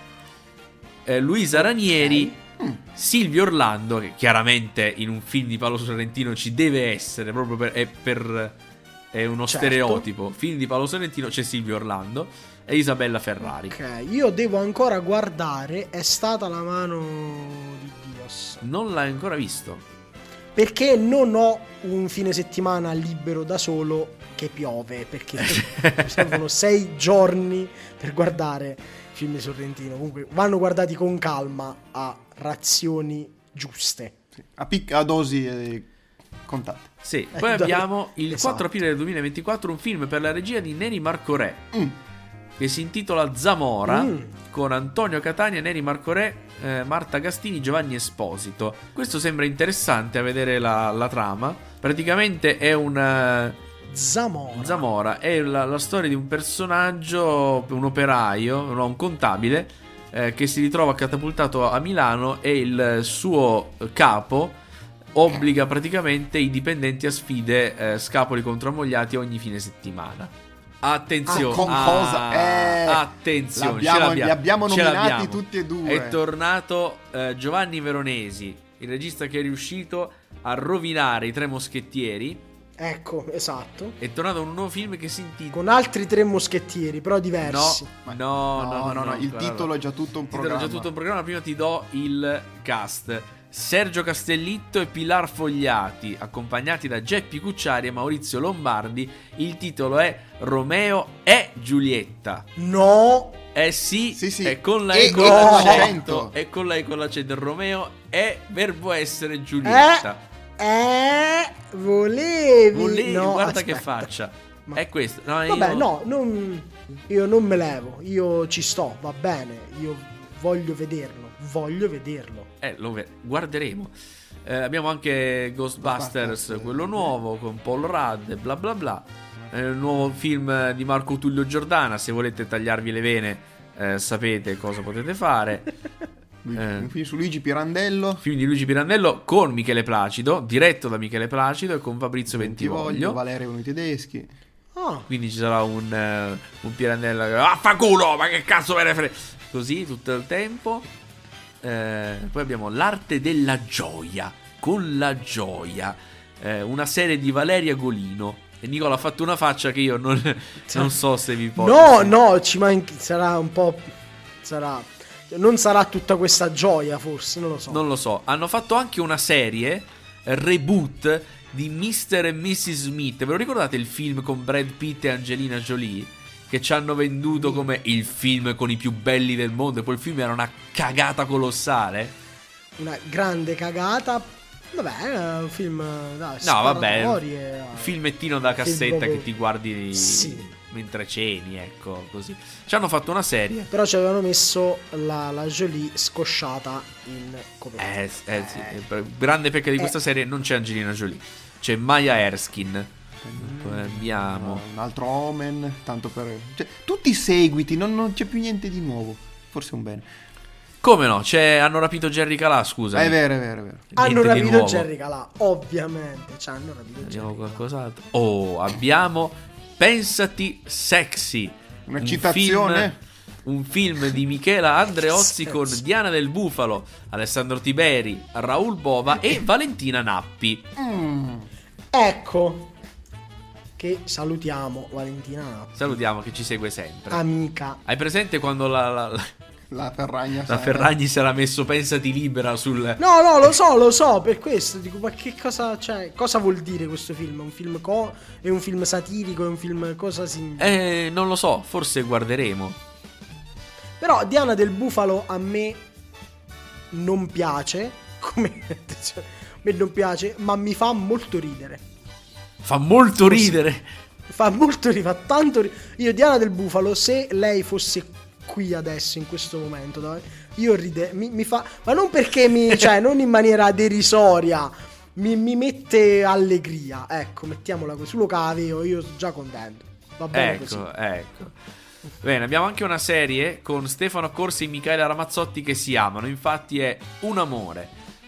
Speaker 1: Eh, Luisa Ranieri, Silvio Orlando, che chiaramente in un film di Paolo Sorrentino ci deve essere, proprio per, è per, è uno
Speaker 3: Certo.
Speaker 1: stereotipo. Film di Paolo Sorrentino, c'è Silvio Orlando e Isabella Ferrari.
Speaker 3: Ok, io devo ancora guardare È stata la mano di Dios,
Speaker 1: Non l'hai ancora visto?
Speaker 3: perché non ho un fine settimana libero da solo che piove, perché mi servono sei giorni per guardare film di Sorrentino. Comunque vanno guardati con calma, a razioni giuste.
Speaker 2: A, pic- a dosi eh, contate.
Speaker 1: Sì, poi
Speaker 3: dai.
Speaker 1: abbiamo il
Speaker 3: Esatto.
Speaker 1: quattro aprile del duemilaventiquattro un film per la regia di Neri Marcorè
Speaker 2: Mm.
Speaker 1: che si intitola Zamora,
Speaker 3: Mm.
Speaker 1: con Antonio Catania, Neri Marcorè, eh, Marta Gastini, Giovanni Esposito. Questo sembra interessante a vedere la, la trama. Praticamente è un eh,
Speaker 3: Zamora.
Speaker 1: Zamora è la, la storia di un personaggio, un operaio, no, un contabile eh, che si ritrova catapultato a Milano e il suo capo obbliga praticamente i dipendenti a sfide eh, scapoli contro ammogliati ogni fine settimana. Attenzione,
Speaker 2: Ah, con cosa? Eh,
Speaker 1: attenzione,
Speaker 2: l'abbiamo-
Speaker 1: ce l'abbiamo,
Speaker 2: li abbiamo
Speaker 1: ce
Speaker 2: nominati
Speaker 1: l'abbiamo.
Speaker 2: tutti e due.
Speaker 1: È tornato eh, Giovanni Veronesi, il regista che è riuscito a rovinare I Tre Moschettieri.
Speaker 3: Ecco, esatto.
Speaker 1: È tornato un nuovo film che si intitola
Speaker 3: Con altri tre moschettieri, però
Speaker 1: No,
Speaker 3: diversi.
Speaker 1: no, no, no,
Speaker 2: no, no, il
Speaker 1: allora,
Speaker 2: titolo è già tutto un
Speaker 1: il titolo
Speaker 2: programma.
Speaker 1: è già tutto un programma. Prima ti do il cast. Sergio Castellitto e Pilar Fogliati, accompagnati da Geppi Cucciari e Maurizio Lombardi. Il titolo è Romeo e Giulietta.
Speaker 3: No,
Speaker 1: Eh sì,
Speaker 2: Sì, sì.
Speaker 1: è con la
Speaker 2: E
Speaker 1: E con
Speaker 2: con
Speaker 1: l'accento.
Speaker 2: l'accento.
Speaker 1: È con la E con l'accento. Romeo è verbo essere Giulietta.
Speaker 3: eh, volevi.
Speaker 1: Volevi,
Speaker 3: no,
Speaker 1: guarda
Speaker 3: aspetta.
Speaker 1: che faccia.
Speaker 3: Ma-
Speaker 1: È questo. No,
Speaker 3: Vabbè,
Speaker 1: io-
Speaker 3: no, non, io non me levo, io ci sto, va bene, io voglio vederlo, voglio vederlo.
Speaker 1: Eh, lo ve- guarderemo. Eh, abbiamo anche Ghostbusters,
Speaker 2: Ghostbusters,
Speaker 1: quello
Speaker 2: eh.
Speaker 1: nuovo con Paul Rudd e bla bla bla. Eh, il nuovo film di Marco Tullio Giordana. Se volete tagliarvi le vene, eh, sapete cosa potete fare.
Speaker 2: Luigi-
Speaker 1: Eh.
Speaker 2: Un film su Luigi Pirandello.
Speaker 1: Film di Luigi Pirandello con Michele Placido, diretto da Michele Placido e con Fabrizio Bentivoglio.
Speaker 2: Valerio con i tedeschi.
Speaker 3: Ah,
Speaker 1: Quindi ci sarà un, eh, un Pirandello che affanculo, ma che cazzo me ne frega. Così tutto il tempo. Eh, poi abbiamo L'arte della gioia, con la gioia, eh, una serie di Valeria Golino. E Nicola ha fatto una faccia che io non, non so se vi posso.
Speaker 3: no, no, ci manca, sarà un po', sarà, non sarà tutta questa gioia forse, non lo so.
Speaker 1: Non lo so. Hanno fatto anche una serie reboot di mister e missus Smith. Ve lo ricordate il film con Brad Pitt e Angelina Jolie? Che ci hanno venduto come il film con i più belli del mondo. E poi il film era una cagata colossale.
Speaker 3: Una grande cagata. Vabbè, è un film, dai,
Speaker 1: No, vabbè,
Speaker 3: sparatorie,
Speaker 1: un filmettino da
Speaker 3: film
Speaker 1: cassetta
Speaker 3: proprio-
Speaker 1: che ti guardi
Speaker 3: Sì.
Speaker 1: mentre ceni, ecco, così. Ci hanno fatto una serie.
Speaker 3: Però ci avevano messo la, la Jolie scosciata in copertina.
Speaker 1: Eh, eh, sì, eh, grande pecca di questa
Speaker 3: Eh.
Speaker 1: serie, non c'è Angelina Jolie. C'è Maya Erskine. Poi abbiamo...
Speaker 2: Un altro Omen. Tanto per. Cioè, tutti i seguiti, non, non c'è più niente di nuovo. Forse è un bene.
Speaker 1: Come no? C'è... Hanno rapito Jerry Calà, scusa.
Speaker 2: È vero, è vero, è vero.
Speaker 3: Hanno
Speaker 1: Niente di
Speaker 3: rapito
Speaker 1: nuovo.
Speaker 3: Jerry Calà, ovviamente. Cioè, hanno rapito
Speaker 1: Abbiamo
Speaker 3: Jerry Calà.
Speaker 1: qualcos'altro. Oh, abbiamo Pensati Sexy.
Speaker 2: Una
Speaker 1: Un
Speaker 2: citazione.
Speaker 1: film- Un film di Michela Andreozzi con
Speaker 3: Sexy.
Speaker 1: Diana del Bufalo, Alessandro Tiberi, Raul Bova e Valentina Nappi.
Speaker 2: Mm.
Speaker 3: Ecco, che salutiamo Valentina Nappi,
Speaker 1: Salutiamo che ci segue sempre.
Speaker 3: amica.
Speaker 1: Hai presente quando la, la, la-
Speaker 2: La Ferragna.
Speaker 1: la
Speaker 2: sa-
Speaker 1: Ferragni si era messo Pensati Libera sul...
Speaker 3: No, no, lo so, lo so, per questo dico, ma che cosa, cioè, cosa vuol dire questo film? È un film co- è un film satirico, è un film cosa si...
Speaker 1: Eh, non lo so, forse guarderemo.
Speaker 3: Però Diana del Bufalo a me non piace, come attenzione, a me non piace, ma mi fa molto ridere.
Speaker 1: Fa molto ridere.
Speaker 3: Fa molto ridere, fa tanto ridere. Io Diana del Bufalo, se lei fosse qui adesso in questo momento, dai, io ride, mi, mi fa, ma non perché mi, cioè non in maniera derisoria, mi, mi mette allegria, ecco, mettiamola così, solo che la avevo, io sono già contento, va bene così.
Speaker 1: Ecco, ecco. Bene, abbiamo anche una serie con Stefano Corsi e Michele Ramazzotti che si amano. Infatti è Un amore.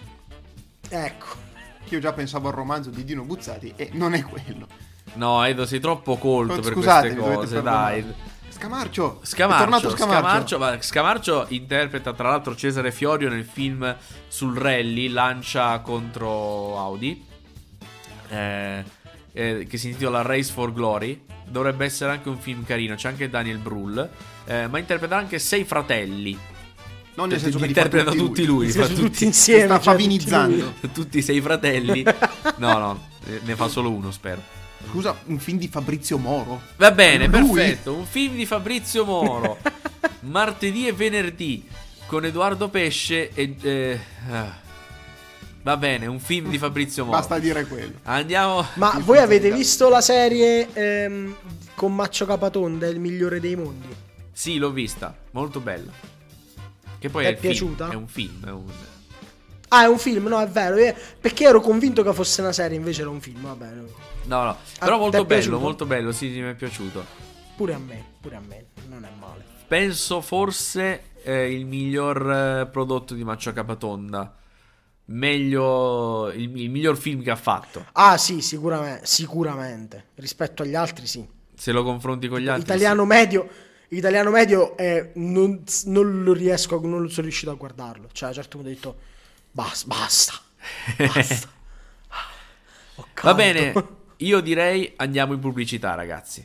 Speaker 3: Ecco,
Speaker 2: Io già pensavo al romanzo di Dino Buzzati e non è quello.
Speaker 1: No, Edo, sei troppo colto per
Speaker 2: Scusate,
Speaker 1: queste cose, dai.
Speaker 2: Scamarcio.
Speaker 1: Scamarcio,
Speaker 2: È tornato Scamarcio.
Speaker 1: Scamarcio, ma Scamarcio interpreta tra l'altro Cesare Fiorio nel film sul rally Lancia contro Audi. Eh, eh, che si intitola Race for Glory. Dovrebbe essere anche un film carino. C'è anche Daniel Brühl, eh, ma interpreta anche sei fratelli.
Speaker 2: Non nel
Speaker 1: Li
Speaker 2: senso che li fa
Speaker 1: interpreta tutti lui, li
Speaker 3: Sì,
Speaker 1: fa
Speaker 3: tutti,
Speaker 1: tutti,
Speaker 3: insieme,
Speaker 2: sta
Speaker 3: cioè,
Speaker 2: favinizzando.
Speaker 3: tutti lui.
Speaker 1: tutti i sei fratelli. No, no, ne fa solo uno, spero.
Speaker 2: Scusa, un film di Fabrizio Moro?
Speaker 1: Va bene,
Speaker 2: Lui?
Speaker 1: perfetto. Un film di Fabrizio Moro. Martedì e venerdì con Edoardo Pesce e eh, ah. Va bene, un film di Fabrizio Moro.
Speaker 2: Basta dire quello.
Speaker 1: Andiamo.
Speaker 3: Ma voi avete visto la serie ehm, con Maccio Capatonda, Il migliore dei mondi?
Speaker 1: Sì, l'ho vista, molto bella. Che poi
Speaker 3: Ti
Speaker 1: è,
Speaker 3: è
Speaker 1: il film,
Speaker 3: piaciuta?
Speaker 1: È un film, è un...
Speaker 3: Ah, è un film, no, è vero. eh, Perché ero convinto che fosse una serie, invece era un film, va bene.
Speaker 1: No, no, però
Speaker 3: Ah,
Speaker 1: molto
Speaker 3: ti è
Speaker 1: bello,
Speaker 3: piaciuto?
Speaker 1: molto bello, sì, sì, mi è piaciuto.
Speaker 3: Pure a me, pure a me, non è male.
Speaker 1: Penso forse eh, il miglior eh, prodotto di Maccio Capatonda. Meglio il, il miglior film che ha fatto.
Speaker 3: Ah, sì, sicuramente, sicuramente. Rispetto agli altri, sì.
Speaker 1: Se lo confronti con gli altri.
Speaker 3: Italiano medio, italiano medio è, non, non lo riesco, non sono riuscito a guardarlo. Cioè, a un certo punto ho detto basta, basta, basta. Ho
Speaker 1: Va
Speaker 3: caldo.
Speaker 1: bene, io direi andiamo in pubblicità, ragazzi.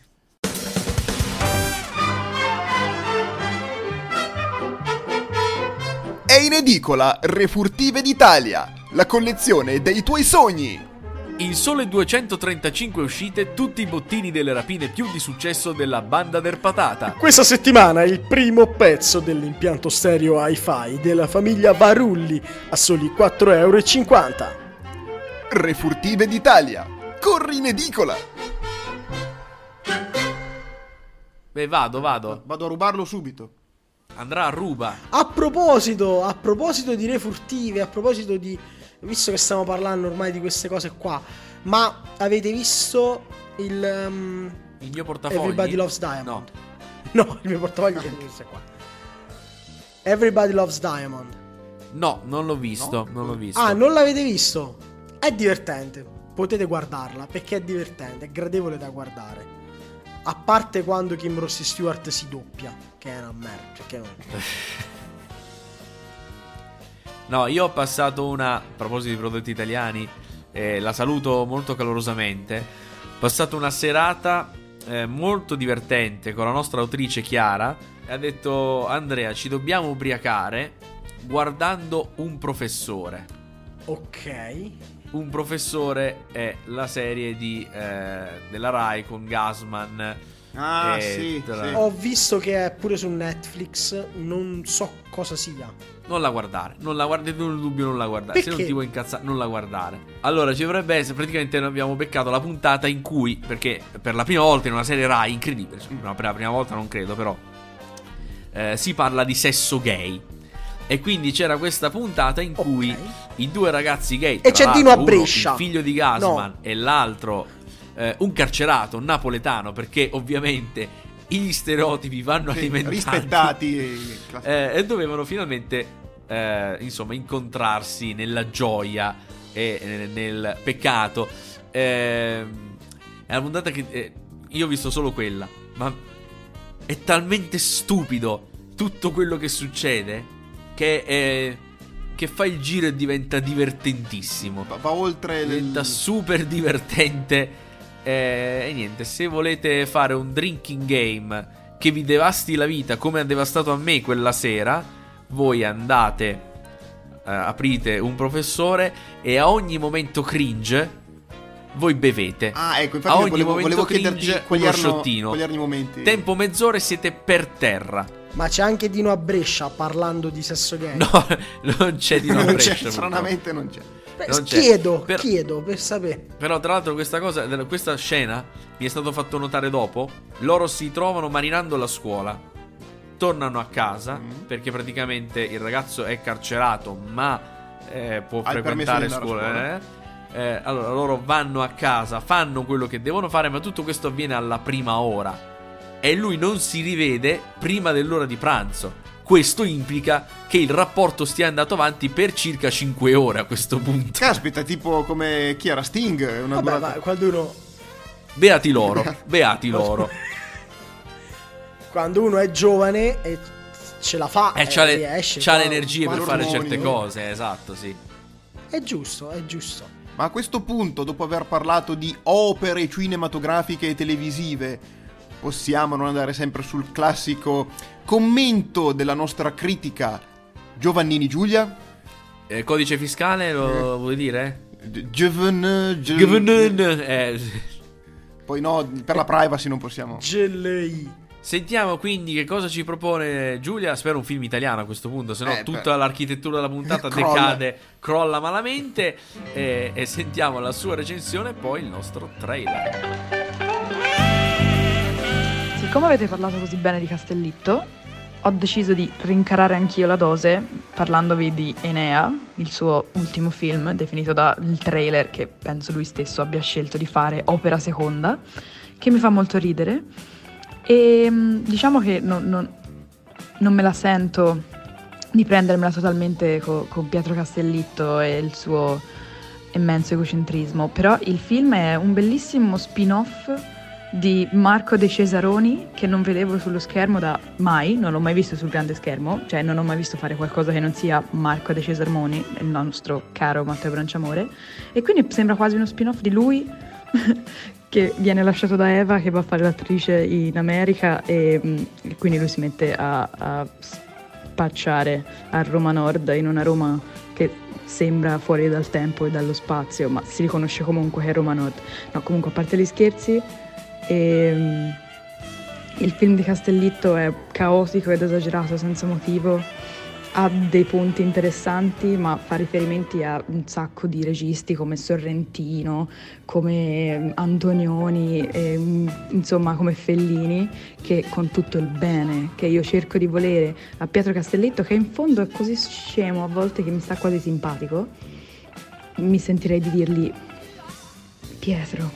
Speaker 6: È in edicola Refurtive d'Italia, la collezione dei tuoi sogni.
Speaker 1: In sole duecentotrentacinque uscite, tutti i bottini delle rapine più di successo della banda del Patata.
Speaker 3: Questa settimana il primo pezzo dell'impianto stereo hi-fi della famiglia Varulli a soli quattro e cinquanta euro.
Speaker 6: Refurtive d'Italia, corri in edicola.
Speaker 1: Beh, vado, vado.
Speaker 2: Vado a rubarlo subito.
Speaker 1: Andrà a ruba.
Speaker 3: A proposito, a proposito di refurtive, a proposito di... Visto che stiamo parlando ormai di queste cose qua, ma avete visto il... Um,
Speaker 1: Il mio portafogli.
Speaker 3: Everybody Loves Diamond?
Speaker 1: No.
Speaker 3: No, il mio portafogli è questo qua. Everybody Loves Diamond.
Speaker 1: No, non l'ho visto, non l'ho visto.
Speaker 3: Ah, non l'avete visto? È divertente. Potete guardarla perché è divertente, è gradevole da guardare. A parte quando Kim Rossi Stewart si doppia, che è una merda. Perché non...
Speaker 1: No, io ho passato una... A proposito di prodotti italiani, eh, la saluto molto calorosamente. Ho passato una serata eh, molto divertente con la nostra autrice Chiara. E ha detto: Andrea, ci dobbiamo ubriacare guardando Un professore.
Speaker 3: Ok.
Speaker 1: Un professore è la serie di, eh, della Rai con Gasman.
Speaker 2: Ah,
Speaker 1: e
Speaker 2: sì,
Speaker 1: tra-
Speaker 2: sì.
Speaker 3: Ho visto che è pure su Netflix, non so cosa sia.
Speaker 1: Non la guardare, non la guardare, non dubbio, non la guardare. Se
Speaker 3: Perché?
Speaker 1: non ti vuoi incazzare, non la guardare. Allora, ci dovrebbe essere, praticamente noi abbiamo beccato la puntata in cui, perché per la prima volta in una serie Rai, incredibile, no, per la prima volta non credo, però eh, si parla di sesso gay. E quindi c'era questa puntata in cui
Speaker 3: Ok.
Speaker 1: i due ragazzi gay,
Speaker 3: E
Speaker 1: tra
Speaker 3: c'è Dino
Speaker 1: l'altro, uno,
Speaker 3: Brescia.
Speaker 1: il figlio di Gasman,
Speaker 3: No.
Speaker 1: e l'altro eh, un carcerato, un napoletano, perché ovviamente gli stereotipi vanno
Speaker 2: Sì,
Speaker 1: alimentati,
Speaker 2: rispettati.
Speaker 1: eh, e dovevano finalmente eh, insomma incontrarsi nella gioia e nel, nel peccato. Eh, è una puntata che eh, io ho visto solo quella, ma è talmente stupido tutto quello che succede che, eh, che fa il giro e diventa divertentissimo.
Speaker 2: Va, va oltre il...
Speaker 1: Diventa super divertente. Eh, e niente, se volete fare un drinking game che vi devasti la vita come ha devastato a me quella sera, voi andate, eh, aprite Un professore e a ogni momento cringe voi bevete.
Speaker 2: Ah, ecco,
Speaker 1: A
Speaker 2: infatti
Speaker 1: ogni
Speaker 2: volevo,
Speaker 1: momento
Speaker 2: volevo
Speaker 1: cringe
Speaker 2: chiederti quali
Speaker 1: uno
Speaker 2: erano,
Speaker 1: sciottino.
Speaker 2: quali erano i momenti.
Speaker 1: Tempo mezz'ora e siete per terra.
Speaker 3: Ma c'è anche Dino a Brescia parlando di sesso gay.
Speaker 1: No, non c'è di non
Speaker 2: non
Speaker 1: Brescia,
Speaker 2: c'è,
Speaker 1: purtroppo.
Speaker 2: stranamente non c'è.
Speaker 3: Beh,
Speaker 1: non c'è.
Speaker 3: chiedo,
Speaker 1: Per-
Speaker 3: chiedo per sapere.
Speaker 1: Però tra l'altro questa cosa, questa scena mi è stato fatto notare dopo. Loro si trovano marinando la scuola, tornano a casa
Speaker 2: Mm.
Speaker 1: perché praticamente il ragazzo è carcerato ma eh, può
Speaker 2: Ha il permesso
Speaker 1: frequentare
Speaker 2: di andare a
Speaker 1: scuola,
Speaker 2: scuola.
Speaker 1: eh. Eh, allora loro vanno a casa, fanno quello che devono fare, ma tutto questo avviene alla prima ora e lui non si rivede prima dell'ora di pranzo. Questo implica che il rapporto stia andato avanti per circa cinque ore a questo punto.
Speaker 2: Caspita, tipo come chi era Sting? Una
Speaker 3: Vabbè,
Speaker 2: durata...
Speaker 3: ma quando uno,
Speaker 1: Beati loro, beati loro.
Speaker 3: quando uno è giovane e ce la fa,
Speaker 1: E
Speaker 3: e
Speaker 1: c'ha, le,
Speaker 3: riesce,
Speaker 1: c'ha
Speaker 3: fa-
Speaker 1: le energie per
Speaker 3: fa-
Speaker 1: fare
Speaker 2: ormoni,
Speaker 1: certe
Speaker 2: eh.
Speaker 1: cose, esatto, sì.
Speaker 3: È giusto, è giusto.
Speaker 2: Ma a questo punto, dopo aver parlato di opere cinematografiche e televisive, possiamo non andare sempre sul classico commento della nostra critica Giovannini Giulia?
Speaker 1: Eh, codice fiscale lo vuoi dire?
Speaker 2: Giovannini
Speaker 1: Giovannini eh.
Speaker 2: Poi no, per la privacy non possiamo.
Speaker 3: G L I.
Speaker 1: Sentiamo quindi che cosa ci propone Giulia. Spero un film italiano a questo punto, se no
Speaker 2: Eh,
Speaker 1: tutta
Speaker 2: per-
Speaker 1: l'architettura della puntata
Speaker 2: Crolla.
Speaker 1: decade, crolla malamente. E, e sentiamo la sua recensione e poi il nostro trailer.
Speaker 7: Siccome avete parlato così bene di Castellitto, ho deciso di rincarare anch'io la dose parlandovi di Enea, il suo ultimo film, definito dal trailer che penso lui stesso abbia scelto di fare opera seconda, che mi fa molto ridere. E mh, diciamo che non, non- non me la sento di prendermela totalmente co- con Pietro Castellitto e il suo immenso egocentrismo, però il film è un bellissimo spin-off di Marco De Cesaroni che non vedevo sullo schermo da mai, non l'ho mai visto sul grande schermo, cioè non ho mai visto fare qualcosa che non sia Marco De Cesaroni, il nostro caro Matteo Branciamore, e quindi sembra quasi uno spin-off di lui che viene lasciato da Eva che va a fare l'attrice in America e, mm, e quindi lui si mette a, a spacciare a Roma Nord in una Roma che sembra fuori dal tempo e dallo spazio, ma si riconosce comunque che è Roma Nord. No, comunque a parte gli scherzi, ehm, il film di Castellitto è caotico ed esagerato senza motivo, ha dei punti interessanti ma fa riferimenti a un sacco di registi come Sorrentino, come Antonioni, e, mm, insomma come Fellini, che con tutto il bene che io cerco di volere a Pietro Castellitto, che in fondo è così scemo a volte che mi sta quasi simpatico, mi sentirei di dirgli: Pietro,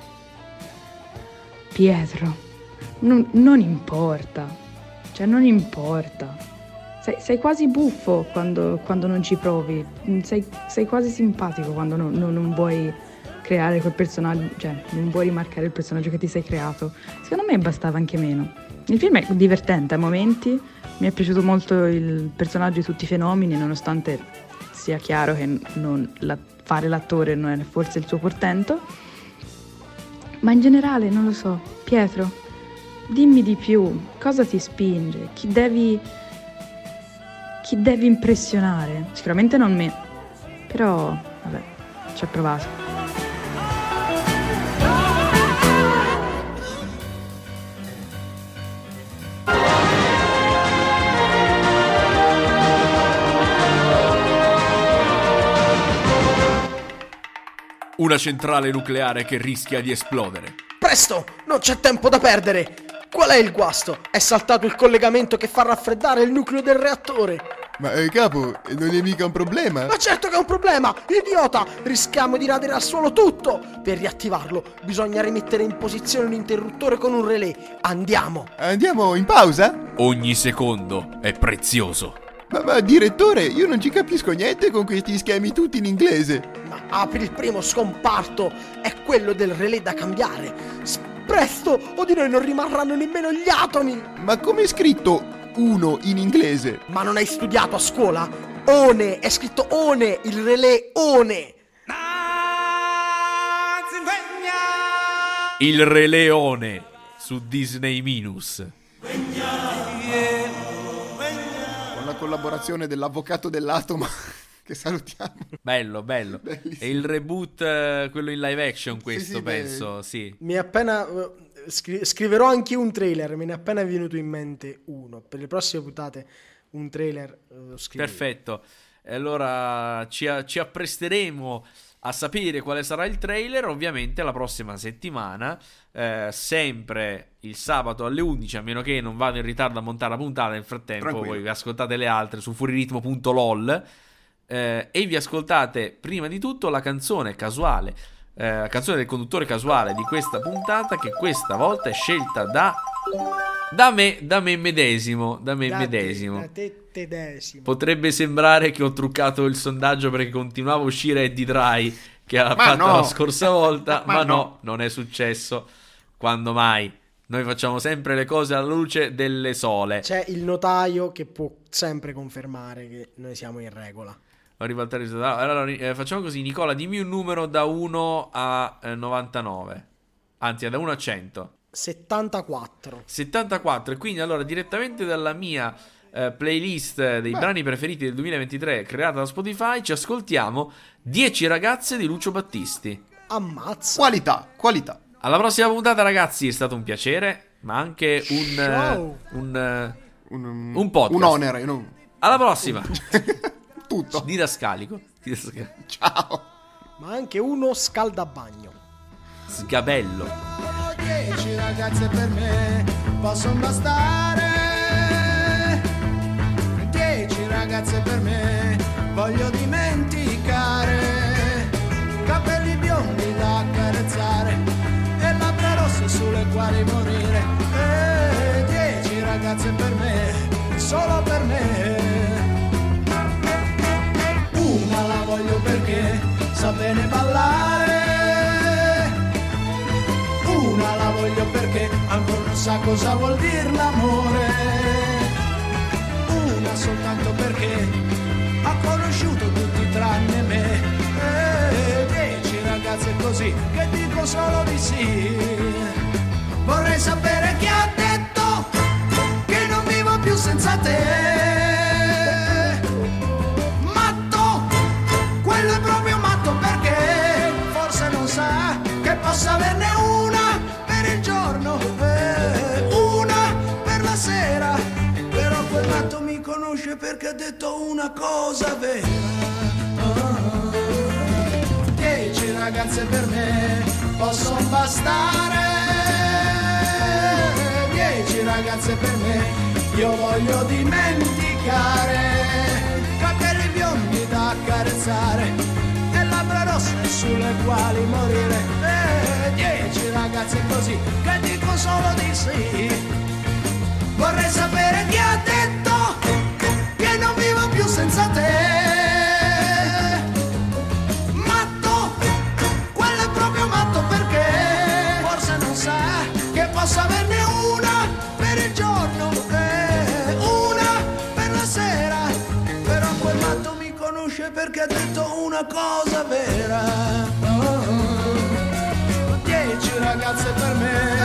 Speaker 7: Pietro, non, non importa, cioè non importa. Sei, sei quasi buffo quando, quando non ci provi, sei, sei quasi simpatico quando non, non- non vuoi creare quel personaggio, cioè non vuoi rimarcare il personaggio che ti sei creato. Secondo me bastava anche meno. Il film è divertente a momenti, mi è piaciuto molto il personaggio di tutti i fenomeni, nonostante sia chiaro che non- la- fare l'attore non è forse il suo portento. Ma in generale, non lo so, Pietro, dimmi di più, cosa ti spinge? Chi devi... Chi devi impressionare? Sicuramente non me, però, vabbè, ci ho provato.
Speaker 1: Una centrale nucleare che rischia di esplodere.
Speaker 3: Presto, non c'è tempo da perdere. Qual è il guasto? È saltato il collegamento che fa raffreddare il nucleo del reattore.
Speaker 6: Ma eh, capo, non è mica un problema?
Speaker 3: Ma certo che è un problema, idiota! Rischiamo di radere al suolo tutto! Per riattivarlo bisogna rimettere in posizione un interruttore con un relè. Andiamo!
Speaker 6: Andiamo in pausa?
Speaker 1: Ogni secondo è prezioso.
Speaker 6: Ma, ma direttore, io non ci capisco niente con questi schemi tutti in inglese.
Speaker 3: Ma apri il primo scomparto, è quello del relè da cambiare. S- Presto, o di noi non rimarranno nemmeno gli atomi!
Speaker 6: Ma come è scritto uno in inglese?
Speaker 3: Ma non hai studiato a scuola? One, è scritto One, il relè One!
Speaker 1: Il Re Leone su Disney Minus.
Speaker 6: Con la collaborazione dell'avvocato dell'atomo, che salutiamo.
Speaker 1: Bello, bello.
Speaker 6: Bellissimo.
Speaker 1: È il reboot, eh, quello in live action,
Speaker 6: Sì,
Speaker 1: questo
Speaker 6: sì,
Speaker 1: penso, sì.
Speaker 3: Mi è appena... eh, scri- scriverò anche un trailer, me ne è appena venuto in mente uno. Per le prossime puntate un trailer eh, lo scriverò.
Speaker 1: Perfetto. E allora ci, ci appresteremo a sapere quale sarà il trailer, ovviamente la prossima settimana, eh, sempre il sabato alle undici, a meno che non vado in ritardo a montare la puntata. Nel frattempo
Speaker 2: Tranquillo.
Speaker 1: voi vi ascoltate le altre su fuoriritmo punto lol, eh, e vi ascoltate prima di tutto la canzone casuale, eh, la canzone del conduttore casuale di questa puntata, che questa volta è scelta da da me, da me medesimo, da me
Speaker 3: Da
Speaker 1: medesimo.
Speaker 3: te, da te tedesimo.
Speaker 1: Potrebbe sembrare che ho truccato il sondaggio perché continuava a uscire Eddie Dry che ha
Speaker 2: Ma
Speaker 1: fatto
Speaker 2: no.
Speaker 1: la scorsa volta, ma,
Speaker 2: Ma
Speaker 1: no,
Speaker 2: no.
Speaker 1: non è successo. Quando mai? Noi facciamo sempre le cose alla luce delle sole.
Speaker 3: C'è il notaio che può sempre confermare che noi siamo in regola.
Speaker 1: Ho ribaltato il risultato. Allora eh, facciamo così, Nicola, dimmi un numero da uno a eh, novantanove. Anzi, da uno a cento.
Speaker 3: settantaquattro.
Speaker 1: settantaquattro. E quindi allora direttamente dalla mia eh, playlist dei
Speaker 2: Beh.
Speaker 1: brani preferiti del duemilaventitré creata da Spotify ci ascoltiamo dieci ragazze di Lucio Battisti.
Speaker 3: Ammazza.
Speaker 2: Qualità, qualità.
Speaker 1: Alla prossima puntata, ragazzi, è stato un piacere, ma anche un
Speaker 3: Ciao.
Speaker 1: eh, un, eh,
Speaker 2: Un,
Speaker 1: Un podcast.
Speaker 2: Un onere. Non...
Speaker 1: alla prossima.
Speaker 2: Tutto.
Speaker 1: Didascalico. Didascalico.
Speaker 2: Ciao.
Speaker 3: Ma anche uno scaldabagno.
Speaker 1: Sgabello.
Speaker 8: Dieci ragazze per me possono bastare. Dieci ragazze per me voglio dimenticare. Capelli biondi da accarezzare e labbra rosse sulle quali morire. E dieci ragazze per me, solo per me. Una la voglio perché sa bene ballare. Una la voglio perché ancora non sa cosa vuol dire l'amore. Una soltanto perché ha conosciuto tutti tranne me. E dieci ragazze così che dico solo di sì. Vorrei sapere chi ha detto che non vivo più senza te. Matto, quello è proprio matto perché forse non sa che possa averne una per il giorno e una per la sera. Però quel matto mi conosce perché ha detto una cosa vera. Ah, dieci ragazze per me possono bastare. Dieci ragazze per me io voglio dimenticare. Capelli biondi da accarezzare e labbra rosse sulle quali morire. E dieci ragazze così che dico solo di sì. Vorrei sapere chi ha detto che non vivo più senza te. Matto, quello è proprio matto perché forse non sa che possa averne una per il giorno e una per la sera. Però quel matto mi conosce perché ha detto una cosa vera. Oh, dieci ragazze per me